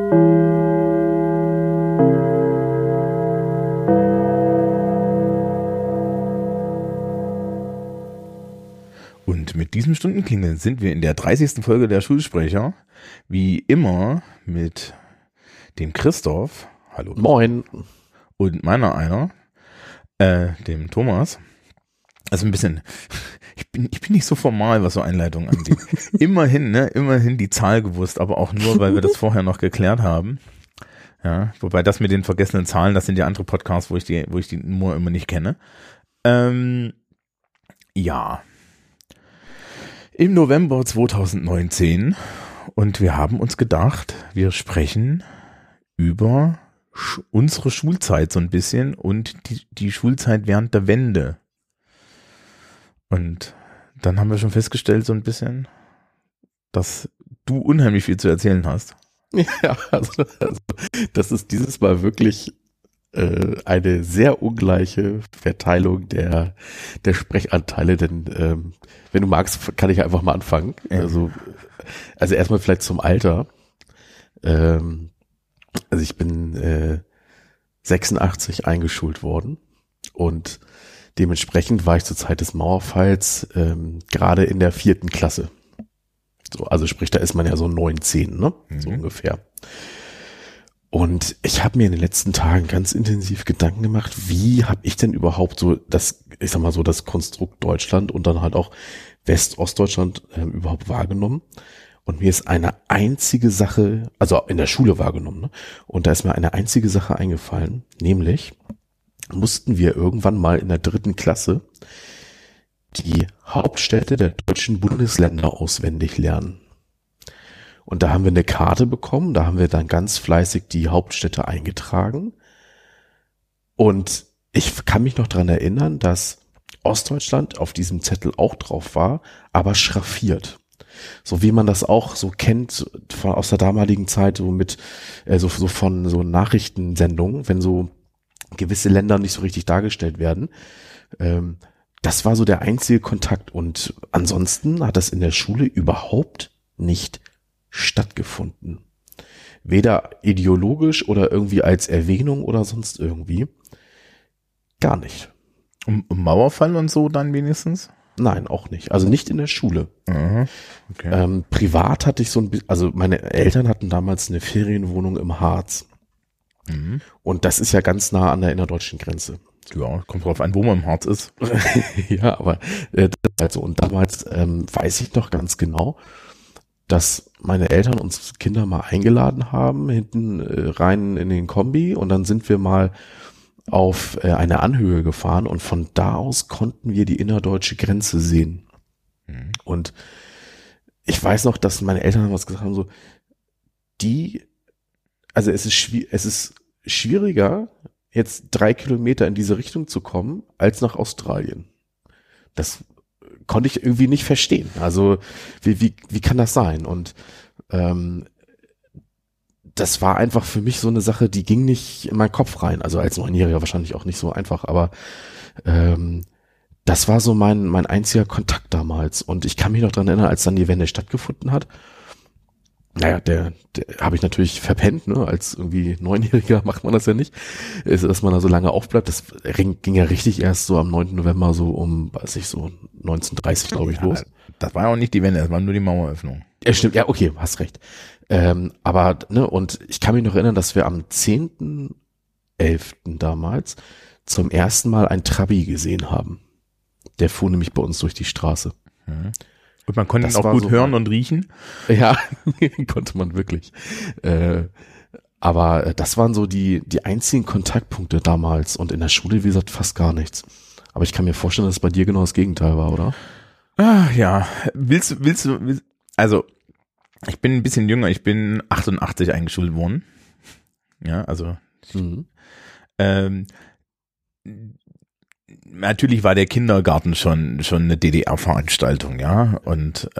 Und mit diesem Stundenklingeln sind wir in der 30. Folge der Schulsprecher, wie immer mit dem Christoph, hallo. Moin. Und meiner dem Thomas. Also ein bisschen, ich bin nicht so formal, was so Einleitungen angeht. Immerhin die Zahl gewusst, aber auch nur, weil wir das vorher noch geklärt haben. Ja, wobei das mit den vergessenen Zahlen, das sind ja andere Podcasts, wo ich die Nummer immer nicht kenne. Ja. Im November 2019 und wir haben uns gedacht, wir sprechen über unsere Schulzeit so ein bisschen und die Schulzeit während der Wende. Und dann haben wir schon festgestellt so ein bisschen, dass du unheimlich viel zu erzählen hast. Ja, also das ist dieses Mal wirklich eine sehr ungleiche Verteilung der Sprechanteile, denn wenn du magst, kann ich einfach mal anfangen. Ja. Also erstmal vielleicht zum Alter. Also ich bin 86 eingeschult worden und dementsprechend war ich zur Zeit des Mauerfalls gerade in der 4. Klasse. So, also sprich, da ist man ja so 9, 10, ne? So ungefähr. Und ich habe mir in den letzten Tagen ganz intensiv Gedanken gemacht, wie habe ich denn überhaupt so das Konstrukt Deutschland und dann halt auch West-Ostdeutschland überhaupt wahrgenommen. Und mir ist eine einzige Sache, also in der Schule wahrgenommen, ne? Und da ist mir eine einzige Sache eingefallen, nämlich mussten wir irgendwann mal in der 3. Klasse die Hauptstädte der deutschen Bundesländer auswendig lernen. Und da haben wir eine Karte bekommen, da haben wir dann ganz fleißig die Hauptstädte eingetragen. Und ich kann mich noch dran erinnern, dass Ostdeutschland auf diesem Zettel auch drauf war, aber schraffiert. So wie man das auch so kennt aus der damaligen Zeit, so mit so von so Nachrichtensendungen, wenn so gewisse Länder nicht so richtig dargestellt werden. Das war so der einzige Kontakt. Und ansonsten hat das in der Schule überhaupt nicht stattgefunden. Weder ideologisch oder irgendwie als Erwähnung oder sonst irgendwie. Gar nicht. Um Mauerfall und so dann wenigstens? Nein, auch nicht. Also nicht in der Schule. Aha, okay. Privat hatte ich also meine Eltern hatten damals eine Ferienwohnung im Harz. Mhm. Und das ist ja ganz nah an der innerdeutschen Grenze. Ja, kommt drauf an, wo man im Harz ist. Ja, aber das ist halt so. Und damals weiß ich noch ganz genau, dass meine Eltern uns Kinder mal eingeladen haben, hinten rein in den Kombi, und dann sind wir mal auf eine Anhöhe gefahren und von da aus konnten wir die innerdeutsche Grenze sehen. Mhm. Und ich weiß noch, dass meine Eltern damals gesagt haben, so, also es ist schwieriger, jetzt 3 Kilometer in diese Richtung zu kommen, als nach Australien. Das konnte ich irgendwie nicht verstehen. Also wie kann das sein? Und das war einfach für mich so eine Sache, die ging nicht in meinen Kopf rein. Also als 9-Jähriger wahrscheinlich auch nicht so einfach, aber das war so mein einziger Kontakt damals. Und ich kann mich noch dran erinnern, als dann die Wende stattgefunden hat. Naja, der habe ich natürlich verpennt, ne? Als irgendwie 9-Jähriger macht man das ja nicht, dass man da so lange aufbleibt. Das ging ja richtig erst so am 9. November so um, weiß ich, so 19:30, glaube ich, los. Das war ja auch nicht die Wende, das war nur die Maueröffnung. Ja, stimmt, ja, okay, hast recht. Aber, ne, und ich kann mich noch erinnern, dass wir am 10.11. damals zum ersten Mal ein Trabi gesehen haben. Der fuhr nämlich bei uns durch die Straße. Mhm. Und man konnte ihn auch gut hören und riechen. Ja, konnte man wirklich. Aber das waren so die einzigen Kontaktpunkte damals, und in der Schule, wie gesagt, fast gar nichts. Aber ich kann mir vorstellen, dass es bei dir genau das Gegenteil war, oder? Ah, ja. Willst du, also, ich bin ein bisschen jünger, ich bin 88 eingeschult worden. Ja, also, natürlich war der Kindergarten schon eine DDR-Veranstaltung, ja, und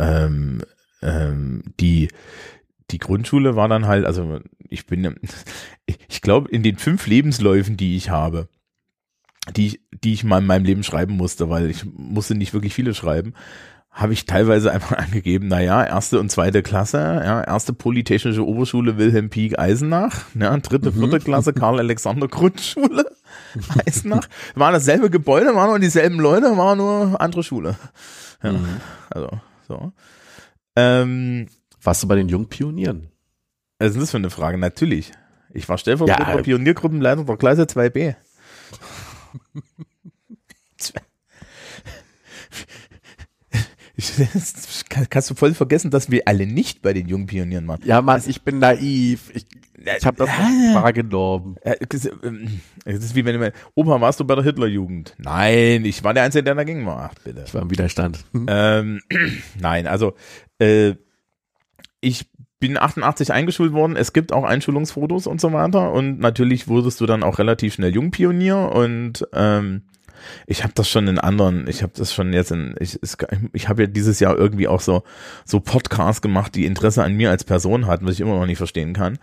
die Grundschule war dann halt, also ich glaube, in den 5 Lebensläufen, die ich habe, die ich mal in meinem Leben schreiben musste, weil ich musste nicht wirklich viele schreiben, habe ich teilweise einfach angegeben, naja, 1. und 2. Klasse, ja, 1. Polytechnische Oberschule Wilhelm Pieck Eisenach, ja, 3., 4. Klasse Karl-Alexander Grundschule Eisenach, war dasselbe Gebäude, waren nur dieselben Leute, war nur andere Schule. Ja, also, so. Warst du bei den Jungpionieren? Was ist denn das für eine Frage? Natürlich. Ich war stellvertretender Pioniergruppenleiter der Klasse 2b. Kannst du voll vergessen, dass wir alle nicht bei den Jungpionieren waren. Ja, Mann, ich bin naiv. Ich habe das nicht wahrgenommen. Es ist wie wenn du Opa, warst du bei der Hitlerjugend? Nein, ich war der Einzige, der dagegen war. Ach, bitte. Ich war im Widerstand. Nein, also ich bin 88 eingeschult worden. Es gibt auch Einschulungsfotos und so weiter. Und natürlich wurdest du dann auch relativ schnell Jungpionier. Und ich habe das schon in anderen, ich habe das schon jetzt ich habe ja dieses Jahr irgendwie auch so Podcasts gemacht, die Interesse an mir als Person hatten, was ich immer noch nicht verstehen kann.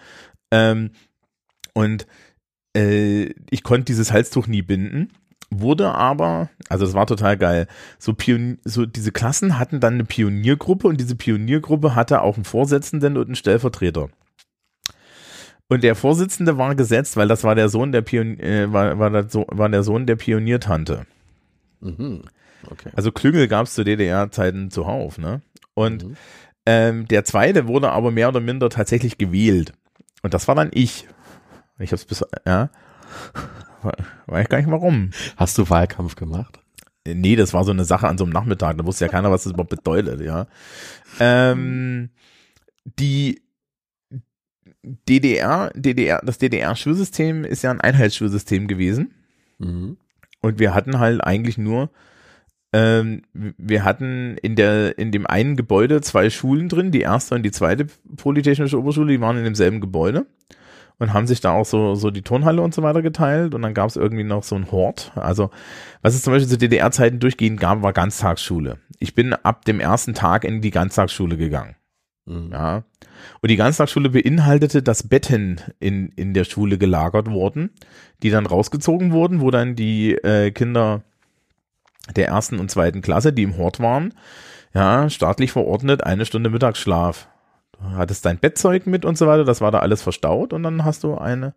Ich konnte dieses Halstuch nie binden, wurde aber, also das war total geil, so diese Klassen hatten dann eine Pioniergruppe und diese Pioniergruppe hatte auch einen Vorsitzenden und einen Stellvertreter. Und der Vorsitzende war gesetzt, weil das war der Sohn der war der Sohn der Pioniertante. Mhm. Okay. Also Klüngel gab es zu DDR-Zeiten zuhauf, ne? Und der zweite wurde aber mehr oder minder tatsächlich gewählt. Und das war dann ich. Ich hab's weiß ich gar nicht warum. Hast du Wahlkampf gemacht? Nee, das war so eine Sache an so einem Nachmittag, da wusste ja keiner, was das überhaupt bedeutet, ja. Die das DDR-Schulsystem ist ja ein Einheitsschulsystem gewesen. Mhm. Und wir hatten halt eigentlich nur, wir hatten in dem einen Gebäude 2 Schulen drin, die erste und die zweite Polytechnische Oberschule, die waren in demselben Gebäude und haben sich da auch so die Turnhalle und so weiter geteilt und dann gab es irgendwie noch so ein Hort. Also was es zum Beispiel zu DDR-Zeiten durchgehend gab, war Ganztagsschule. Ich bin ab dem ersten Tag in die Ganztagsschule gegangen. Mhm. Ja. Und die Ganztagsschule beinhaltete, dass Betten in der Schule gelagert wurden, die dann rausgezogen wurden, wo dann die Kinder der 1. und 2. Klasse, die im Hort waren, ja, staatlich verordnet, 1 Stunde Mittagsschlaf. Du hattest dein Bettzeug mit und so weiter, das war da alles verstaut und dann hast du eine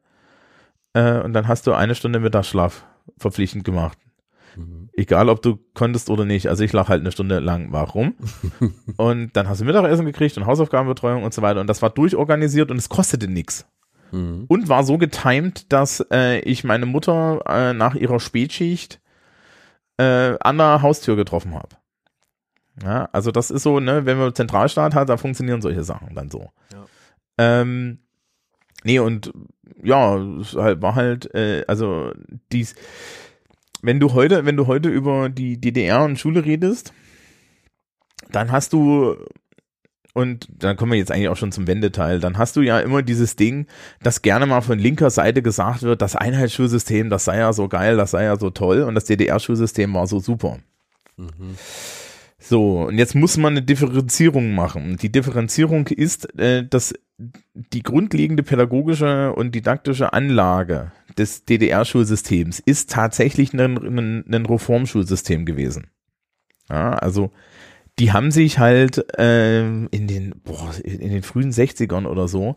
Stunde Mittagsschlaf verpflichtend gemacht. Egal, ob du konntest oder nicht. Also ich lag halt 1 Stunde lang wach rum. Und dann hast du Mittagessen gekriegt und Hausaufgabenbetreuung und so weiter. Und das war durchorganisiert und es kostete nichts. Mhm. Und war so getimed, dass ich meine Mutter nach ihrer Spätschicht an der Haustür getroffen habe. Ja, also das ist so, ne, wenn man Zentralstaat hat, da funktionieren solche Sachen dann so. Ja. Nee, und ja, es war halt, also wenn du heute über die DDR und Schule redest, dann hast du, und dann kommen wir jetzt eigentlich auch schon zum Wendeteil, dann hast du ja immer dieses Ding, dass gerne mal von linker Seite gesagt wird, das Einheitsschulsystem, das sei ja so geil, das sei ja so toll und das DDR-Schulsystem war so super. Mhm. So, und jetzt muss man eine Differenzierung machen. Die Differenzierung ist, dass die grundlegende pädagogische und didaktische Anlage des DDR-Schulsystems ist tatsächlich ein Reformschulsystem gewesen. Ja, also die haben sich halt in den frühen 60ern oder so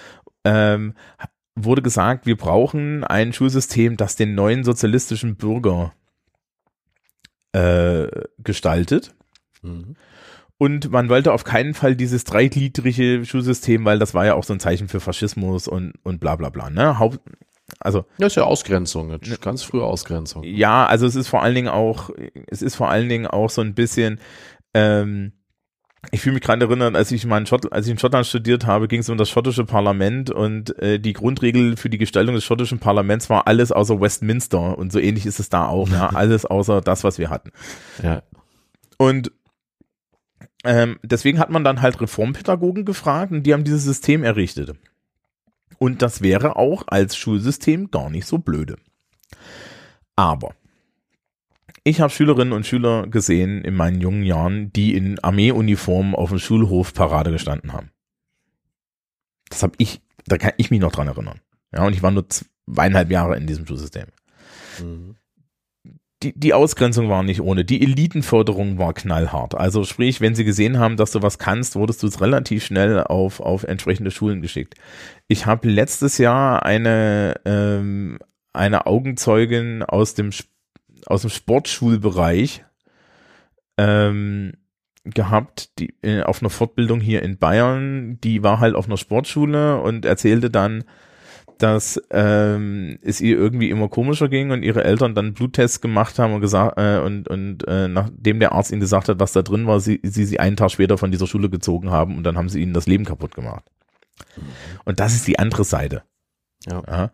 wurde gesagt, wir brauchen ein Schulsystem, das den neuen sozialistischen Bürger gestaltet. Mhm. Und man wollte auf keinen Fall dieses dreigliedrige Schulsystem, weil das war ja auch so ein Zeichen für Faschismus und bla bla bla. Ne? Also das ist ja Ausgrenzung, ganz frühe Ausgrenzung. Ja, also es ist vor allen Dingen auch so ein bisschen, ich fühle mich gerade erinnern, als ich in Schottland studiert habe, ging es um das schottische Parlament und die Grundregel für die Gestaltung des schottischen Parlaments war alles außer Westminster und so ähnlich ist es da auch, ja, alles außer das, was wir hatten. Ja. Und deswegen hat man dann halt Reformpädagogen gefragt und die haben dieses System errichtet. Und das wäre auch als Schulsystem gar nicht so blöde. Aber ich habe Schülerinnen und Schüler gesehen in meinen jungen Jahren, die in Armeeuniformen auf dem Schulhof Parade gestanden haben. Da kann ich mich noch dran erinnern. Ja, und ich war nur 2,5 Jahre in diesem Schulsystem. Mhm. die Ausgrenzung war nicht ohne. Die Elitenförderung war knallhart. Also sprich, wenn sie gesehen haben, dass du was kannst, wurdest du relativ schnell auf entsprechende Schulen geschickt. Ich habe letztes Jahr eine Augenzeugin aus dem Sportschulbereich gehabt, die auf einer Fortbildung hier in Bayern, die war halt auf einer Sportschule und erzählte dann, dass es ihr irgendwie immer komischer ging und ihre Eltern dann Bluttests gemacht haben und gesagt nachdem der Arzt ihnen gesagt hat, was da drin war, sie einen Tag später von dieser Schule gezogen haben und dann haben sie ihnen das Leben kaputt gemacht. Und das ist die andere Seite. Ja.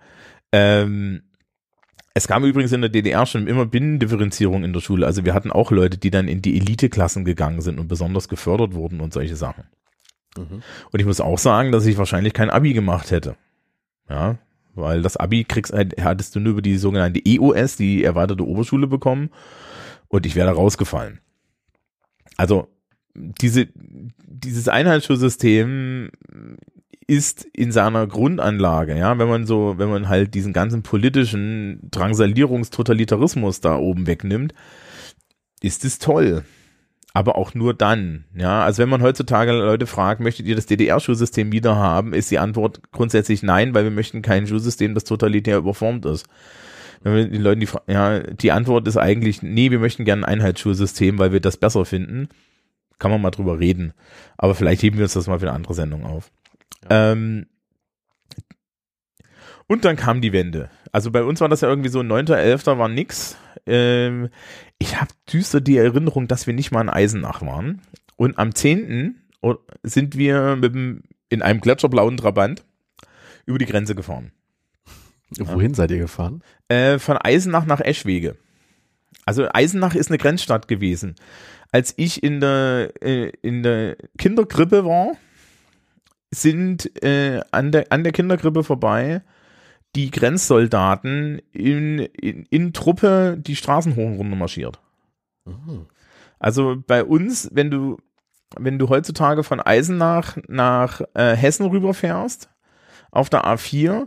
Es gab übrigens in der DDR schon immer Binnendifferenzierung in der Schule. Also wir hatten auch Leute, die dann in die Eliteklassen gegangen sind und besonders gefördert wurden und solche Sachen. Und ich muss auch sagen, dass ich wahrscheinlich kein Abi gemacht hätte. Ja, weil das Abi hattest du nur über die sogenannte EOS, die erweiterte Oberschule, bekommen und ich wäre da rausgefallen. Also dieses Einheitsschulsystem ist in seiner Grundanlage, ja, wenn man halt diesen ganzen politischen Drangsalierungstotalitarismus da oben wegnimmt, ist es toll. Aber auch nur dann, ja, also wenn man heutzutage Leute fragt, möchtet ihr das DDR-Schulsystem wieder haben, ist die Antwort grundsätzlich nein, weil wir möchten kein Schulsystem, das totalitär überformt ist. Wenn wir den Leuten die Antwort ist eigentlich, nee, wir möchten gerne ein Einheitsschulsystem, weil wir das besser finden. Kann man mal drüber reden. Aber vielleicht heben wir uns das mal für eine andere Sendung auf. Ja. Und dann kam die Wende. Also bei uns war das ja irgendwie so 9.11. war nix. Ich habe düster die Erinnerung, dass wir nicht mal in Eisenach waren. Und am 10. sind wir in einem gletscherblauen Trabant über die Grenze gefahren. Wohin seid ihr gefahren? Von Eisenach nach Eschwege. Also Eisenach ist eine Grenzstadt gewesen. Als ich in der Kinderkrippe war, sind an der Kinderkrippe vorbei die Grenzsoldaten in Truppe die Straßen hoch und runter marschiert. Mhm. Also bei uns, wenn du heutzutage von Eisenach nach Hessen rüberfährst, auf der A4,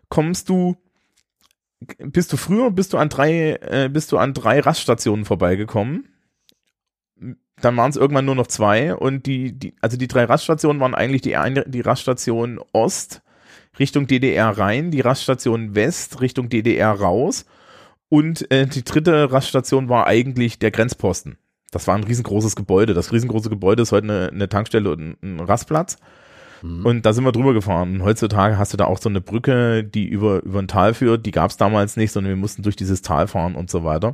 bist du an drei Raststationen vorbeigekommen. Dann waren es irgendwann nur noch 2 und die 3 Raststationen waren eigentlich die Raststation Ost Richtung DDR rein, die Raststation West Richtung DDR raus und die 3. Raststation war eigentlich der Grenzposten. Das war ein riesengroßes Gebäude. Das riesengroße Gebäude ist heute eine Tankstelle und ein Rastplatz. Mhm. Und da sind wir drüber gefahren. Und heutzutage hast du da auch so eine Brücke, die über ein Tal führt. Die gab es damals nicht, sondern wir mussten durch dieses Tal fahren und so weiter.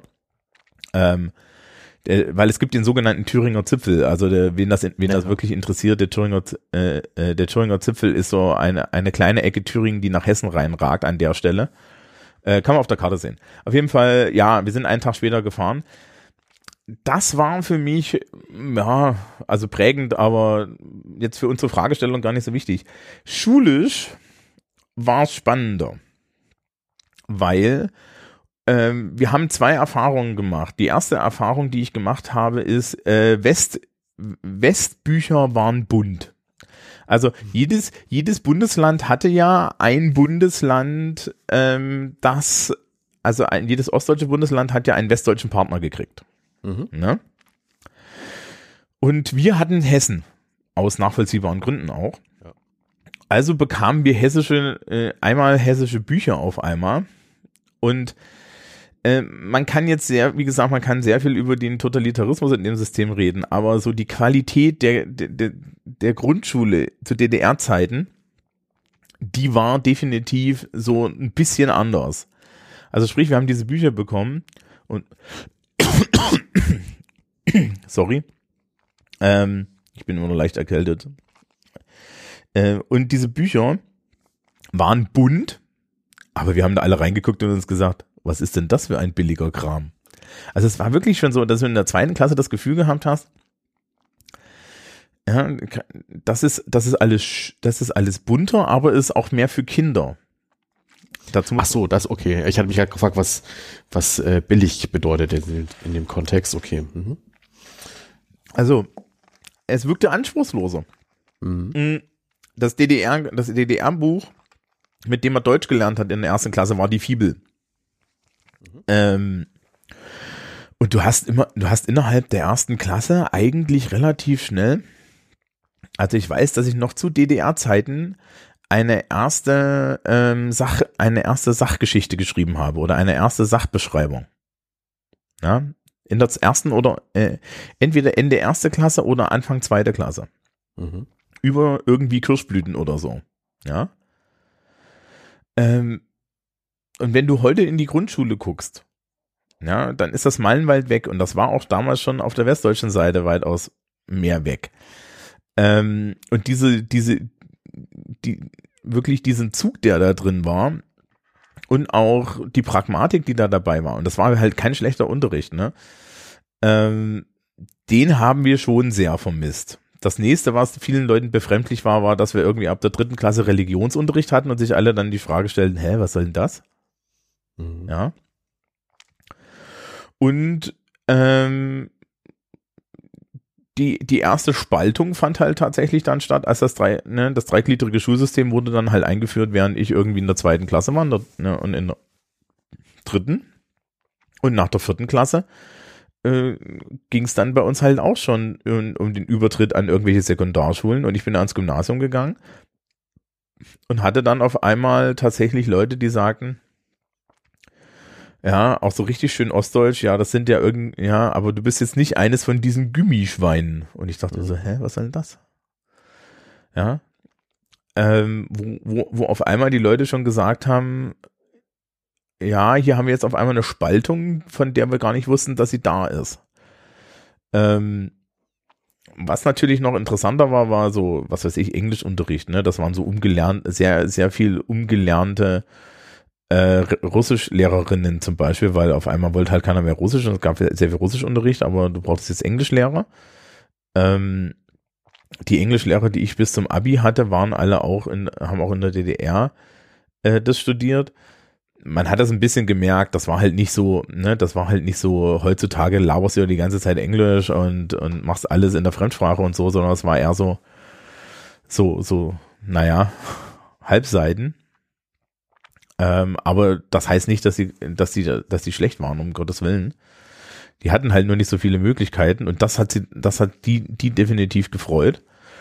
Weil es gibt den sogenannten Thüringer Zipfel, also wen das wirklich interessiert, der Thüringer Zipfel ist so eine kleine Ecke Thüringen, die nach Hessen reinragt an der Stelle. Kann man auf der Karte sehen. Auf jeden Fall, ja, wir sind einen Tag später gefahren. Das war für mich, ja, also prägend, aber jetzt für unsere Fragestellung gar nicht so wichtig. Schulisch war es spannender, weil wir haben 2 Erfahrungen gemacht. Die erste Erfahrung, die ich gemacht habe, ist, Westbücher waren bunt. Also jedes Bundesland hatte ja ein Bundesland, jedes ostdeutsche Bundesland hat ja einen westdeutschen Partner gekriegt. Mhm. Ne? Und wir hatten Hessen, aus nachvollziehbaren Gründen auch. Ja. Also bekamen wir einmal hessische Bücher auf einmal. Und man kann jetzt sehr viel über den Totalitarismus in dem System reden, aber so die Qualität der Grundschule zu DDR-Zeiten, die war definitiv so ein bisschen anders. Also sprich, wir haben diese Bücher bekommen und sorry, ich bin immer noch leicht erkältet. Und diese Bücher waren bunt, aber wir haben da alle reingeguckt und uns gesagt, was ist denn das für ein billiger Kram? Also es war wirklich schon so, dass du in der 2. Klasse das Gefühl gehabt hast, ja, das ist alles bunter, aber ist auch mehr für Kinder. Ach so, das okay. Ich hatte mich halt gefragt, was billig bedeutet in dem Kontext. Okay. Mhm. Also es wirkte anspruchsloser. Mhm. Das DDR-Buch, mit dem man Deutsch gelernt hat in der 1. Klasse, war die Fibel. Und du hast innerhalb der ersten Klasse eigentlich relativ schnell, also ich weiß, dass ich noch zu DDR-Zeiten eine erste Sachgeschichte geschrieben habe oder eine erste Sachbeschreibung. Ja, in der ersten oder entweder Ende erste Klasse oder Anfang zweite Klasse. Mhm. Über irgendwie Kirschblüten oder so. Ja. Und wenn du heute in die Grundschule guckst, ja, dann ist das meilenweit weg und das war auch damals schon auf der westdeutschen Seite weitaus mehr weg. Und wirklich diesen Zug, der da drin war und auch die Pragmatik, die da dabei war, und das war halt kein schlechter Unterricht, ne? Den haben wir schon sehr vermisst. Das nächste, was vielen Leuten befremdlich war, dass wir irgendwie ab der 3. Klasse Religionsunterricht hatten und sich alle dann die Frage stellten, was soll denn das? Mhm. Ja. Und die erste Spaltung fand halt tatsächlich dann statt, als das dreigliedrige Schulsystem wurde dann halt eingeführt, während ich irgendwie in der 2. Klasse war und in der 3. Und nach der 4. Klasse ging es dann bei uns halt auch schon um den Übertritt an irgendwelche Sekundarschulen und ich bin ans Gymnasium gegangen und hatte dann auf einmal tatsächlich Leute, die sagten, ja, auch so richtig schön ostdeutsch, ja, das sind ja aber du bist jetzt nicht eines von diesen Gummischweinen. Und ich dachte so, was soll denn das? Ja, wo auf einmal die Leute schon gesagt haben, ja, hier haben wir jetzt auf einmal eine Spaltung, von der wir gar nicht wussten, dass sie da ist. Was natürlich noch interessanter war so, was weiß ich, Englischunterricht, ne? Das waren so sehr, sehr viel umgelernte Russischlehrerinnen zum Beispiel, weil auf einmal wollte halt keiner mehr Russisch und es gab sehr viel Russischunterricht, aber du brauchst jetzt Englischlehrer. Die Englischlehrer, die ich bis zum Abi hatte, waren alle haben auch in der DDR das studiert. Man hat das ein bisschen gemerkt, das war halt nicht so, heutzutage laberst du ja die ganze Zeit Englisch und machst alles in der Fremdsprache und so, sondern es war eher so, naja, Halbseiten. Aber das heißt nicht, dass die schlecht waren, um Gottes Willen. Die hatten halt nur nicht so viele Möglichkeiten und das hat die definitiv gefreut.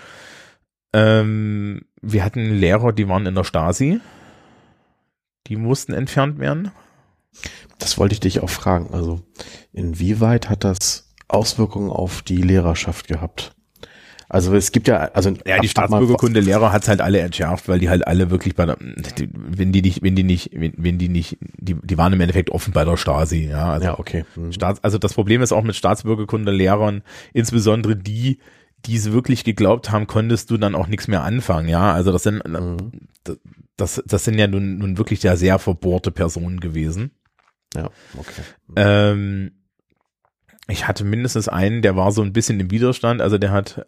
Wir hatten Lehrer, die waren in der Stasi. Die mussten entfernt werden. Das wollte ich dich auch fragen. Also, inwieweit hat das Auswirkungen auf die Lehrerschaft gehabt? Also es gibt ja, die Staatsbürgerkunde-Lehrer hat's halt alle entschärft, weil die halt alle wirklich die waren im Endeffekt offen bei der Stasi, ja. Also ja, okay. Also das Problem ist auch mit Staatsbürgerkunde-Lehrern, insbesondere die es wirklich geglaubt haben, konntest du dann auch nichts mehr anfangen, ja. Also das sind ja nun wirklich sehr verbohrte Personen gewesen. Ja, okay. Ich hatte mindestens einen, der war so ein bisschen im Widerstand, also der hat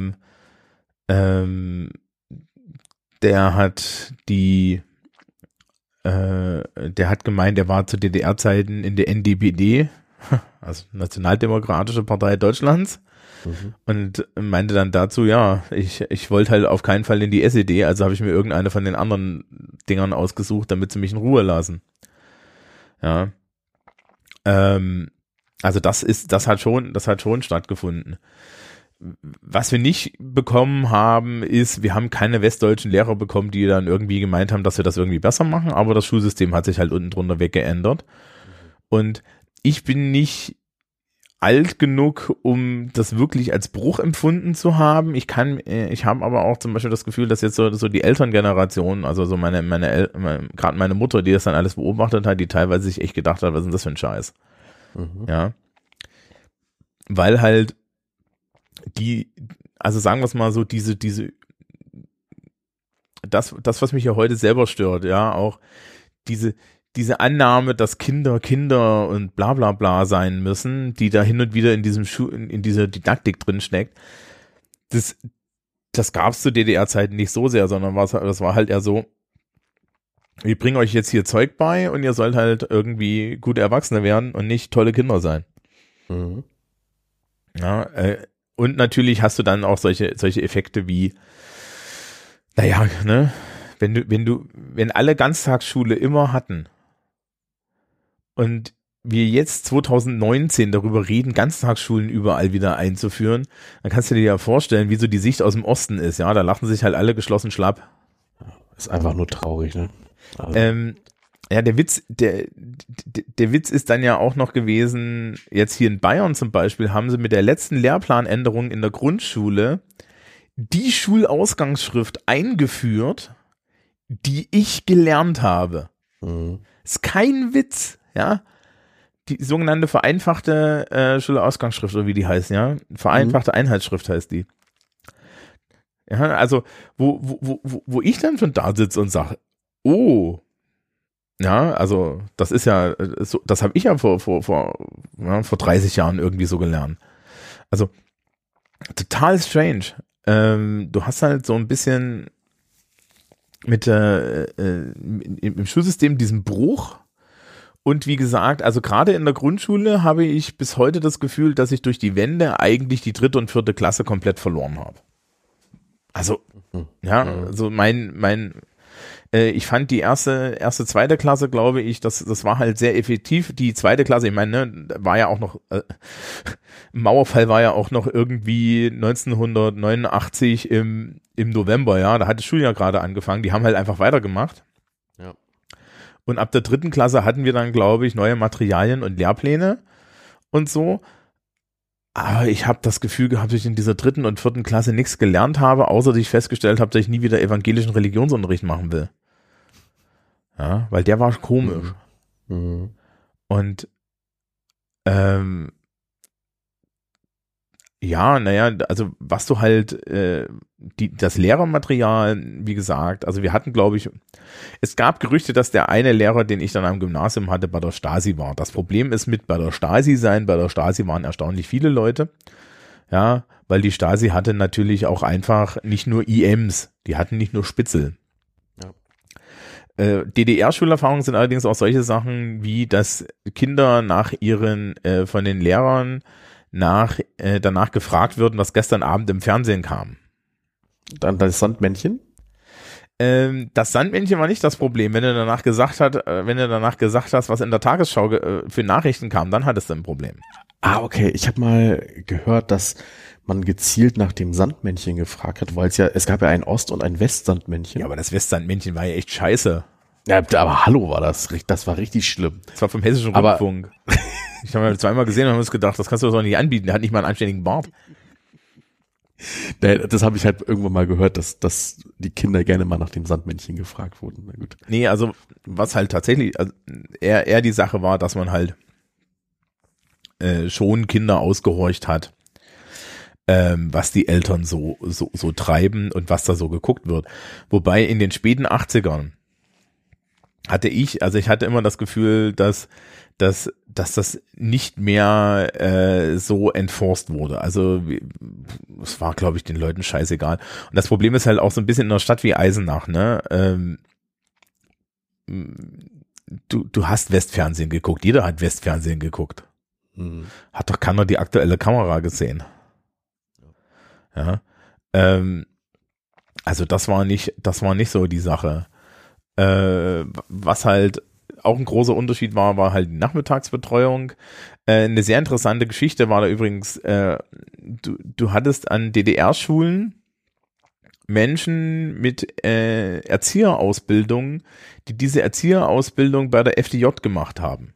gemeint, der war zu DDR-Zeiten in der NDPD, also Nationaldemokratische Partei Deutschlands, und meinte dann dazu, ja, ich wollte halt auf keinen Fall in die SED, also habe ich mir irgendeine von den anderen Dingern ausgesucht, damit sie mich in Ruhe lassen. Ja. Also das hat schon stattgefunden. Was wir nicht bekommen haben, ist, wir haben keine westdeutschen Lehrer bekommen, die dann irgendwie gemeint haben, dass wir das irgendwie besser machen, aber das Schulsystem hat sich halt unten drunter weggeändert. Und ich bin nicht alt genug, um das wirklich als Bruch empfunden zu haben. Ich habe aber auch zum Beispiel das Gefühl, dass jetzt so die Elterngeneration, also so gerade meine Mutter, die das dann alles beobachtet hat, die teilweise sich echt gedacht hat, was ist denn das für ein Scheiß? Ja. Weil halt also sagen wir es mal so, das, was mich ja heute selber stört, ja, auch diese Annahme, dass Kinder und bla bla bla sein müssen, die da hin und wieder in dieser Didaktik drin steckt, das gab es zu DDR-Zeiten nicht so sehr, sondern das war halt eher so, wir bringen euch jetzt hier Zeug bei und ihr sollt halt irgendwie gute Erwachsene werden und nicht tolle Kinder sein. Mhm. Ja, und natürlich hast du dann auch solche Effekte wie, naja, ne, wenn alle Ganztagsschule immer hatten und wir jetzt 2019 darüber reden, Ganztagsschulen überall wieder einzuführen, dann kannst du dir ja vorstellen, wie so die Sicht aus dem Osten ist. Ja, da lachen sich halt alle geschlossen schlapp. Ist einfach nur traurig, ne? Also. Ja, der Witz ist dann ja auch noch gewesen, jetzt hier in Bayern zum Beispiel, haben sie mit der letzten Lehrplanänderung in der Grundschule die Schulausgangsschrift eingeführt, die ich gelernt habe. Ist kein Witz, ja. Die sogenannte vereinfachte Schulausgangsschrift, oder wie die heißt, ja. Vereinfachte Einheitsschrift heißt die. Ja, also, wo ich dann schon da sitze und sage, oh, ja, also, das ist ja, so, das habe ich ja vor 30 Jahren irgendwie so gelernt. Also, total strange. Du hast halt so ein bisschen mit im Schulsystem diesen Bruch. Und wie gesagt, also gerade in der Grundschule habe ich bis heute das Gefühl, dass ich durch die Wende eigentlich die 3. und 4. Klasse komplett verloren habe. Also, ja, also ich fand die erste, 2. Klasse, glaube ich, das war halt sehr effektiv. Die 2. Klasse, ich meine, ne, war ja auch noch, Mauerfall war ja auch noch irgendwie 1989 im November, ja, da hat das Schuljahr gerade angefangen. Die haben halt einfach weitergemacht. Ja. Und ab der 3. Klasse hatten wir dann, glaube ich, neue Materialien und Lehrpläne und so. Aber ich habe das Gefühl gehabt, dass ich in dieser 3. und 4. Klasse nichts gelernt habe, außer dass ich festgestellt habe, dass ich nie wieder evangelischen Religionsunterricht machen will. Ja, weil der war komisch. Und ja, naja, also was du halt, das Lehrermaterial, wie gesagt, also wir hatten, glaube ich, es gab Gerüchte, dass der eine Lehrer, den ich dann am Gymnasium hatte, bei der Stasi war. Das Problem ist mit bei der Stasi sein, bei der Stasi waren erstaunlich viele Leute, ja, weil die Stasi hatte natürlich auch einfach nicht nur IMs, die hatten nicht nur Spitzel. Ja. DDR-Schulerfahrungen sind allerdings auch solche Sachen, wie dass Kinder nach ihren, von den Lehrern danach gefragt würden, was gestern Abend im Fernsehen kam. Dann das Sandmännchen? Das Sandmännchen war nicht das Problem. Wenn du danach gesagt hast, was in der Tagesschau für Nachrichten kam, dann hattest du ein Problem. Okay. Ich habe mal gehört, dass man gezielt nach dem Sandmännchen gefragt hat, weil es gab ja ein Ost- und ein Westsandmännchen. Ja, aber das Westsandmännchen war ja echt scheiße. Ja, aber hallo, das war richtig schlimm. Das war vom Hessischen Rundfunk. Ich habe mir zweimal gesehen und habe mir gedacht, das kannst du doch nicht anbieten. Der hat nicht mal einen anständigen Bart. Das habe ich halt irgendwann mal gehört, dass die Kinder gerne mal nach dem Sandmännchen gefragt wurden. Na gut. Nee, also was halt tatsächlich eher die Sache war, dass man halt schon Kinder ausgehorcht hat, was die Eltern so treiben und was da so geguckt wird. Wobei in den späten 80ern hatte ich immer das Gefühl, dass das nicht mehr so enforced wurde. Also es war, glaube ich, den Leuten scheißegal. Und das Problem ist halt auch so ein bisschen in einer Stadt wie Eisenach, ne? Du hast Westfernsehen geguckt, jeder hat Westfernsehen geguckt. Hat doch keiner die aktuelle Kamera gesehen. Ja. Also das war nicht so die Sache. Was halt auch ein großer Unterschied war halt die Nachmittagsbetreuung. Eine sehr interessante Geschichte war da übrigens, du hattest an DDR-Schulen Menschen mit Erzieherausbildung, die diese Erzieherausbildung bei der FDJ gemacht haben.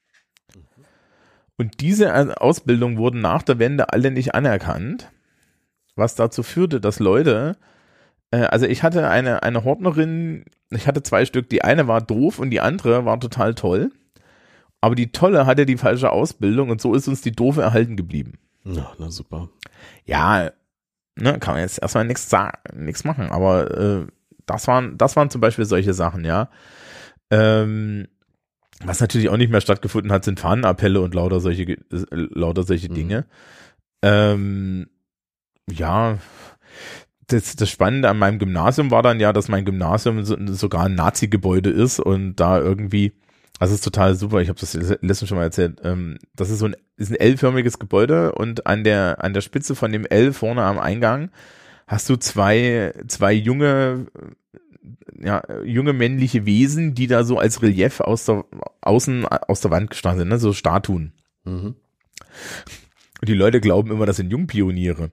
Und diese Ausbildung wurden nach der Wende alle nicht anerkannt, was dazu führte, dass Leute, also ich hatte eine Hortnerin, ich hatte 2 Stück, die eine war doof und die andere war total toll, aber die tolle hatte die falsche Ausbildung und so ist uns die doofe erhalten geblieben. Ja, na super. Ja, ne, kann man jetzt erstmal nichts machen, aber das waren zum Beispiel solche Sachen, ja. Was natürlich auch nicht mehr stattgefunden hat, sind Fahnenappelle und lauter solche Dinge. Ja, das Spannende an meinem Gymnasium war dann ja, dass mein Gymnasium sogar ein Nazi-Gebäude ist und da irgendwie, also es ist total super, ich habe das letztens schon mal erzählt, das ist ein L-förmiges Gebäude und an der Spitze von dem L vorne am Eingang hast du zwei junge männliche Wesen, die da so als Relief aus außen aus der Wand gestanden sind, ne? So Statuen. Mhm. Und die Leute glauben immer, das sind Jungpioniere.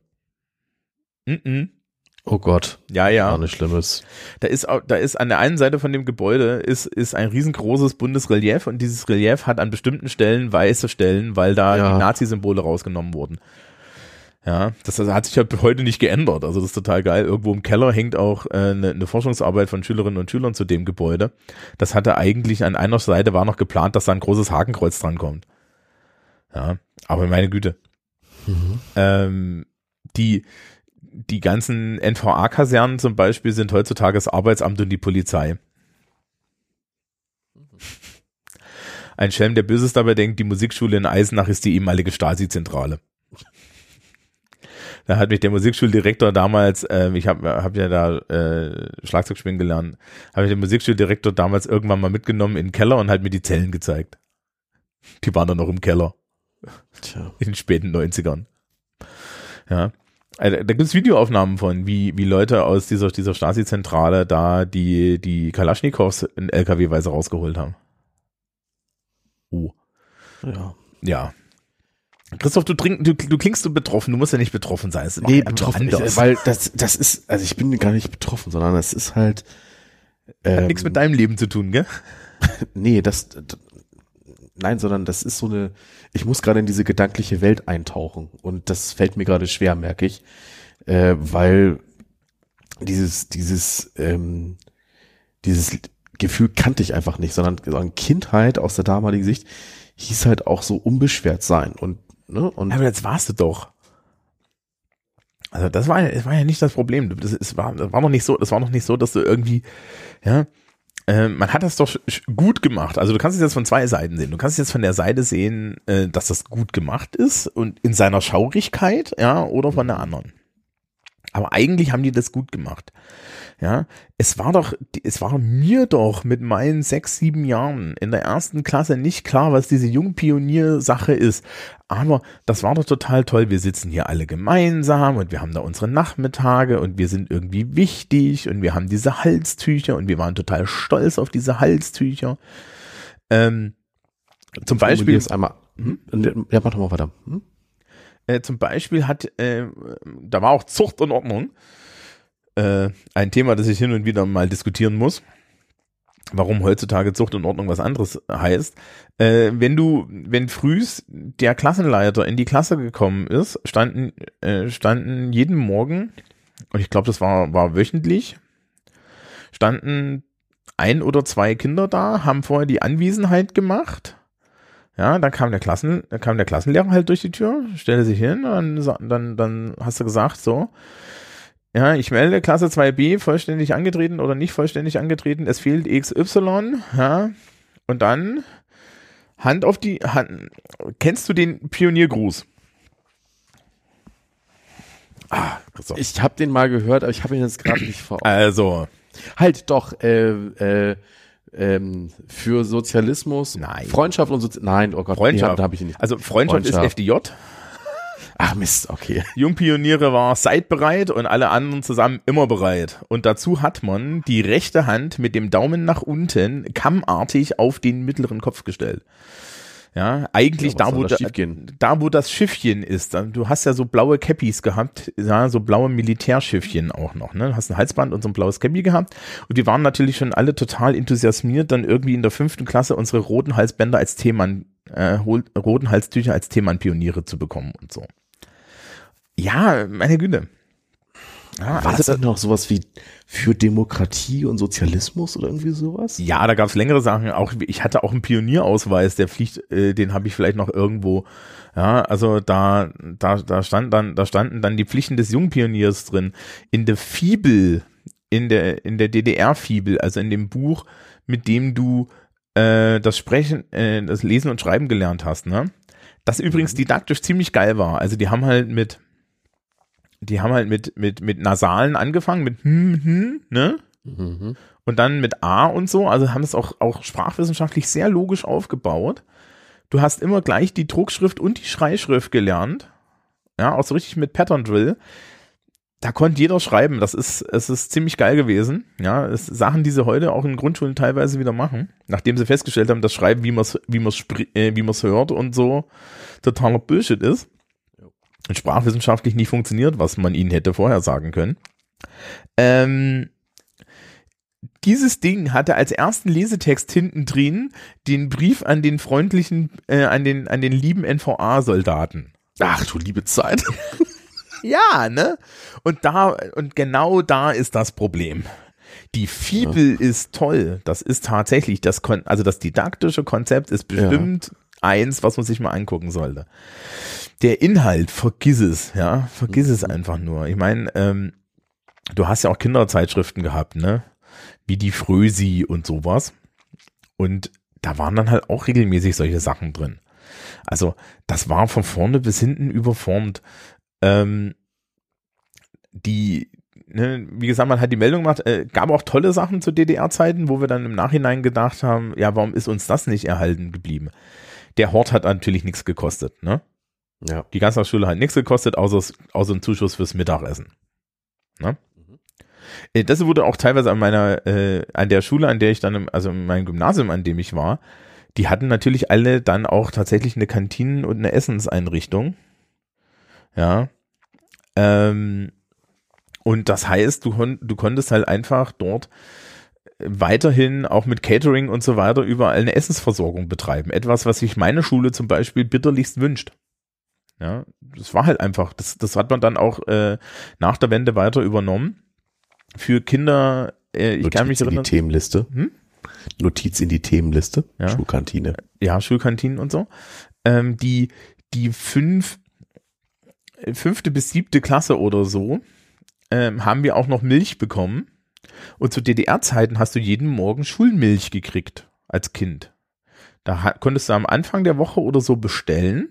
Oh Gott. Ja, ja. Gar nicht Schlimmes. Da ist an der einen Seite von dem Gebäude ist ein riesengroßes Bundesrelief und dieses Relief hat an bestimmten Stellen weiße Stellen, weil da die Nazi-Symbole rausgenommen wurden. Ja, das hat sich halt heute nicht geändert. Also das ist total geil. Irgendwo im Keller hängt auch eine Forschungsarbeit von Schülerinnen und Schülern zu dem Gebäude. Das hatte eigentlich an einer Seite war noch geplant, dass da ein großes Hakenkreuz dran kommt. Ja, aber meine Güte. Die ganzen NVA-Kasernen zum Beispiel sind heutzutage das Arbeitsamt und die Polizei. Ein Schelm, der Böses dabei denkt, die Musikschule in Eisenach ist die ehemalige Stasi-Zentrale. Da hat mich der Musikschuldirektor damals, ich hab ja da Schlagzeug spielen gelernt, habe ich den Musikschuldirektor damals irgendwann mal mitgenommen in den Keller und halt mir die Zellen gezeigt. Die waren dann noch im Keller. Tja. In den späten 90ern. Ja. Da gibt's Videoaufnahmen von, wie Leute aus dieser Stasi-Zentrale da die Kalaschnikows in LKW-Weise rausgeholt haben. Oh. Ja. Ja. Christoph, du klingst so betroffen, du musst ja nicht betroffen sein. Nee, betroffen, weil das ist, also ich bin gar nicht betroffen, sondern es ist halt hat nichts mit deinem Leben zu tun, gell? Nee, nein, sondern das ist so eine, ich muss gerade in diese gedankliche Welt eintauchen und das fällt mir gerade schwer, merke ich, weil dieses Gefühl kannte ich einfach nicht, sondern Kindheit aus der damaligen Sicht hieß halt auch so unbeschwert sein und aber jetzt warst du doch. Also das war ja nicht das Problem. Das war noch nicht so, dass du irgendwie, ja, man hat das doch gut gemacht. Also du kannst es jetzt von zwei Seiten sehen. Du kannst es jetzt von der Seite sehen, dass das gut gemacht ist und in seiner Schaurigkeit, ja, oder von der anderen. Aber eigentlich haben die das gut gemacht. Ja, es war mir doch mit meinen 6, 7 Jahren in der ersten Klasse nicht klar, was diese Jungpionier-Sache ist. Aber das war doch total toll. Wir sitzen hier alle gemeinsam und wir haben da unsere Nachmittage und wir sind irgendwie wichtig und wir haben diese Halstücher und wir waren total stolz auf diese Halstücher. Zum Beispiel. Jetzt einmal. Ja, mach doch mal weiter. Zum Beispiel da war auch Zucht und Ordnung. Ein Thema, das ich hin und wieder mal diskutieren muss, warum heutzutage Zucht und Ordnung was anderes heißt. Wenn frühs der Klassenleiter in die Klasse gekommen ist, standen jeden Morgen, und ich glaube, das war wöchentlich, standen 1 oder 2 Kinder da, haben vorher die Anwesenheit gemacht. Ja, dann kam der Klassenlehrer halt durch die Tür, stellte sich hin, dann hast du gesagt, so, ja, ich melde Klasse 2b vollständig angetreten oder nicht vollständig angetreten, es fehlt XY, ja, und dann Hand auf die Hand. Kennst du den Pioniergruß? Ich habe den mal gehört, aber ich habe ihn jetzt gerade nicht vor Augen. Also. Halt doch, für Sozialismus, nein. Freundschaft und nein, oh Gott, Freundschaft. Nee, hab ich ihn nicht. Also Freundschaft ist FDJ. Ach Mist, okay. Jungpioniere war seid bereit und alle anderen zusammen immer bereit. Und dazu hat man die rechte Hand mit dem Daumen nach unten kammartig auf den mittleren Kopf gestellt. Ja, eigentlich ja, da, wo das Schiffchen ist. Du hast ja so blaue Cappies gehabt, ja, so blaue Militärschiffchen auch noch, ne? Du hast ein Halsband und so ein blaues Cappy gehabt. Und wir waren natürlich schon alle total enthusiasmiert, dann irgendwie in der 5. Klasse unsere roten Halsbänder als roten Halstücher als Themenpioniere zu bekommen und so. Ja, meine Güte. Ja, war das dann noch sowas wie für Demokratie und Sozialismus oder irgendwie sowas? Ja, da gab es längere Sachen. Auch ich hatte auch einen Pionierausweis, der fliegt, den habe ich vielleicht noch irgendwo. Ja, also da standen dann die Pflichten des Jungpioniers drin. In der Fibel, in der DDR-Fibel, also in dem Buch, mit dem du das Sprechen, das Lesen und Schreiben gelernt hast, ne? Das übrigens didaktisch ziemlich geil war. Also die haben halt mit Nasalen angefangen, mit ne? Mhm. Und dann mit A und so, also haben es auch sprachwissenschaftlich sehr logisch aufgebaut. Du hast immer gleich die Druckschrift und die Schreischrift gelernt. Ja, auch so richtig mit Pattern Drill. da konnte jeder schreiben. Es ist ziemlich geil gewesen. Ja, es Sachen, die sie heute auch in Grundschulen teilweise wieder machen, nachdem sie festgestellt haben, dass Schreiben, wie man's hört und so, totaler Bullshit ist. Und sprachwissenschaftlich nicht funktioniert, was man ihnen hätte vorher sagen können. Dieses Ding hatte als ersten Lesetext hinten drin den Brief an den freundlichen, an den lieben NVA-Soldaten. Ach du liebe Zeit. Ja, ne? Und genau da ist das Problem. Die Fibel ist toll. Das ist tatsächlich, das didaktische Konzept ist bestimmt eins, was man sich mal angucken sollte. Der Inhalt, vergiss es, ja. Vergiss es einfach nur. Ich meine, du hast ja auch Kinderzeitschriften gehabt, ne? Wie die Frösi und sowas. Und da waren dann halt auch regelmäßig solche Sachen drin. Also, das war von vorne bis hinten überformt. Wie gesagt, man hat die Meldung gemacht, gab auch tolle Sachen zu DDR-Zeiten, wo wir dann im Nachhinein gedacht haben, ja, warum ist uns das nicht erhalten geblieben? Der Hort hat natürlich nichts gekostet, ne? Ja. Die Ganztagsschule hat nichts gekostet, außer ein Zuschuss fürs Mittagessen. Ne? Das wurde auch teilweise an der Schule, an der ich dann, also in meinem Gymnasium, an dem ich war, die hatten natürlich alle dann auch tatsächlich eine Kantinen- und eine Essenseinrichtung. Ja. Und das heißt, du konntest halt einfach dort weiterhin auch mit Catering und so weiter überall eine Essensversorgung betreiben. Etwas, was sich meine Schule zum Beispiel bitterlichst wünscht. Ja, das war halt einfach, das hat man dann auch nach der Wende weiter übernommen. Für Kinder, ich kann mich erinnern. Notiz in die Themenliste. Notiz in die Themenliste. Ja. Schulkantine. Ja, Schulkantinen und so. Die fünfte bis 7. Klasse oder so haben wir auch noch Milch bekommen. Und zu DDR-Zeiten hast du jeden Morgen Schulmilch gekriegt als Kind. Da konntest du am Anfang der Woche oder so bestellen,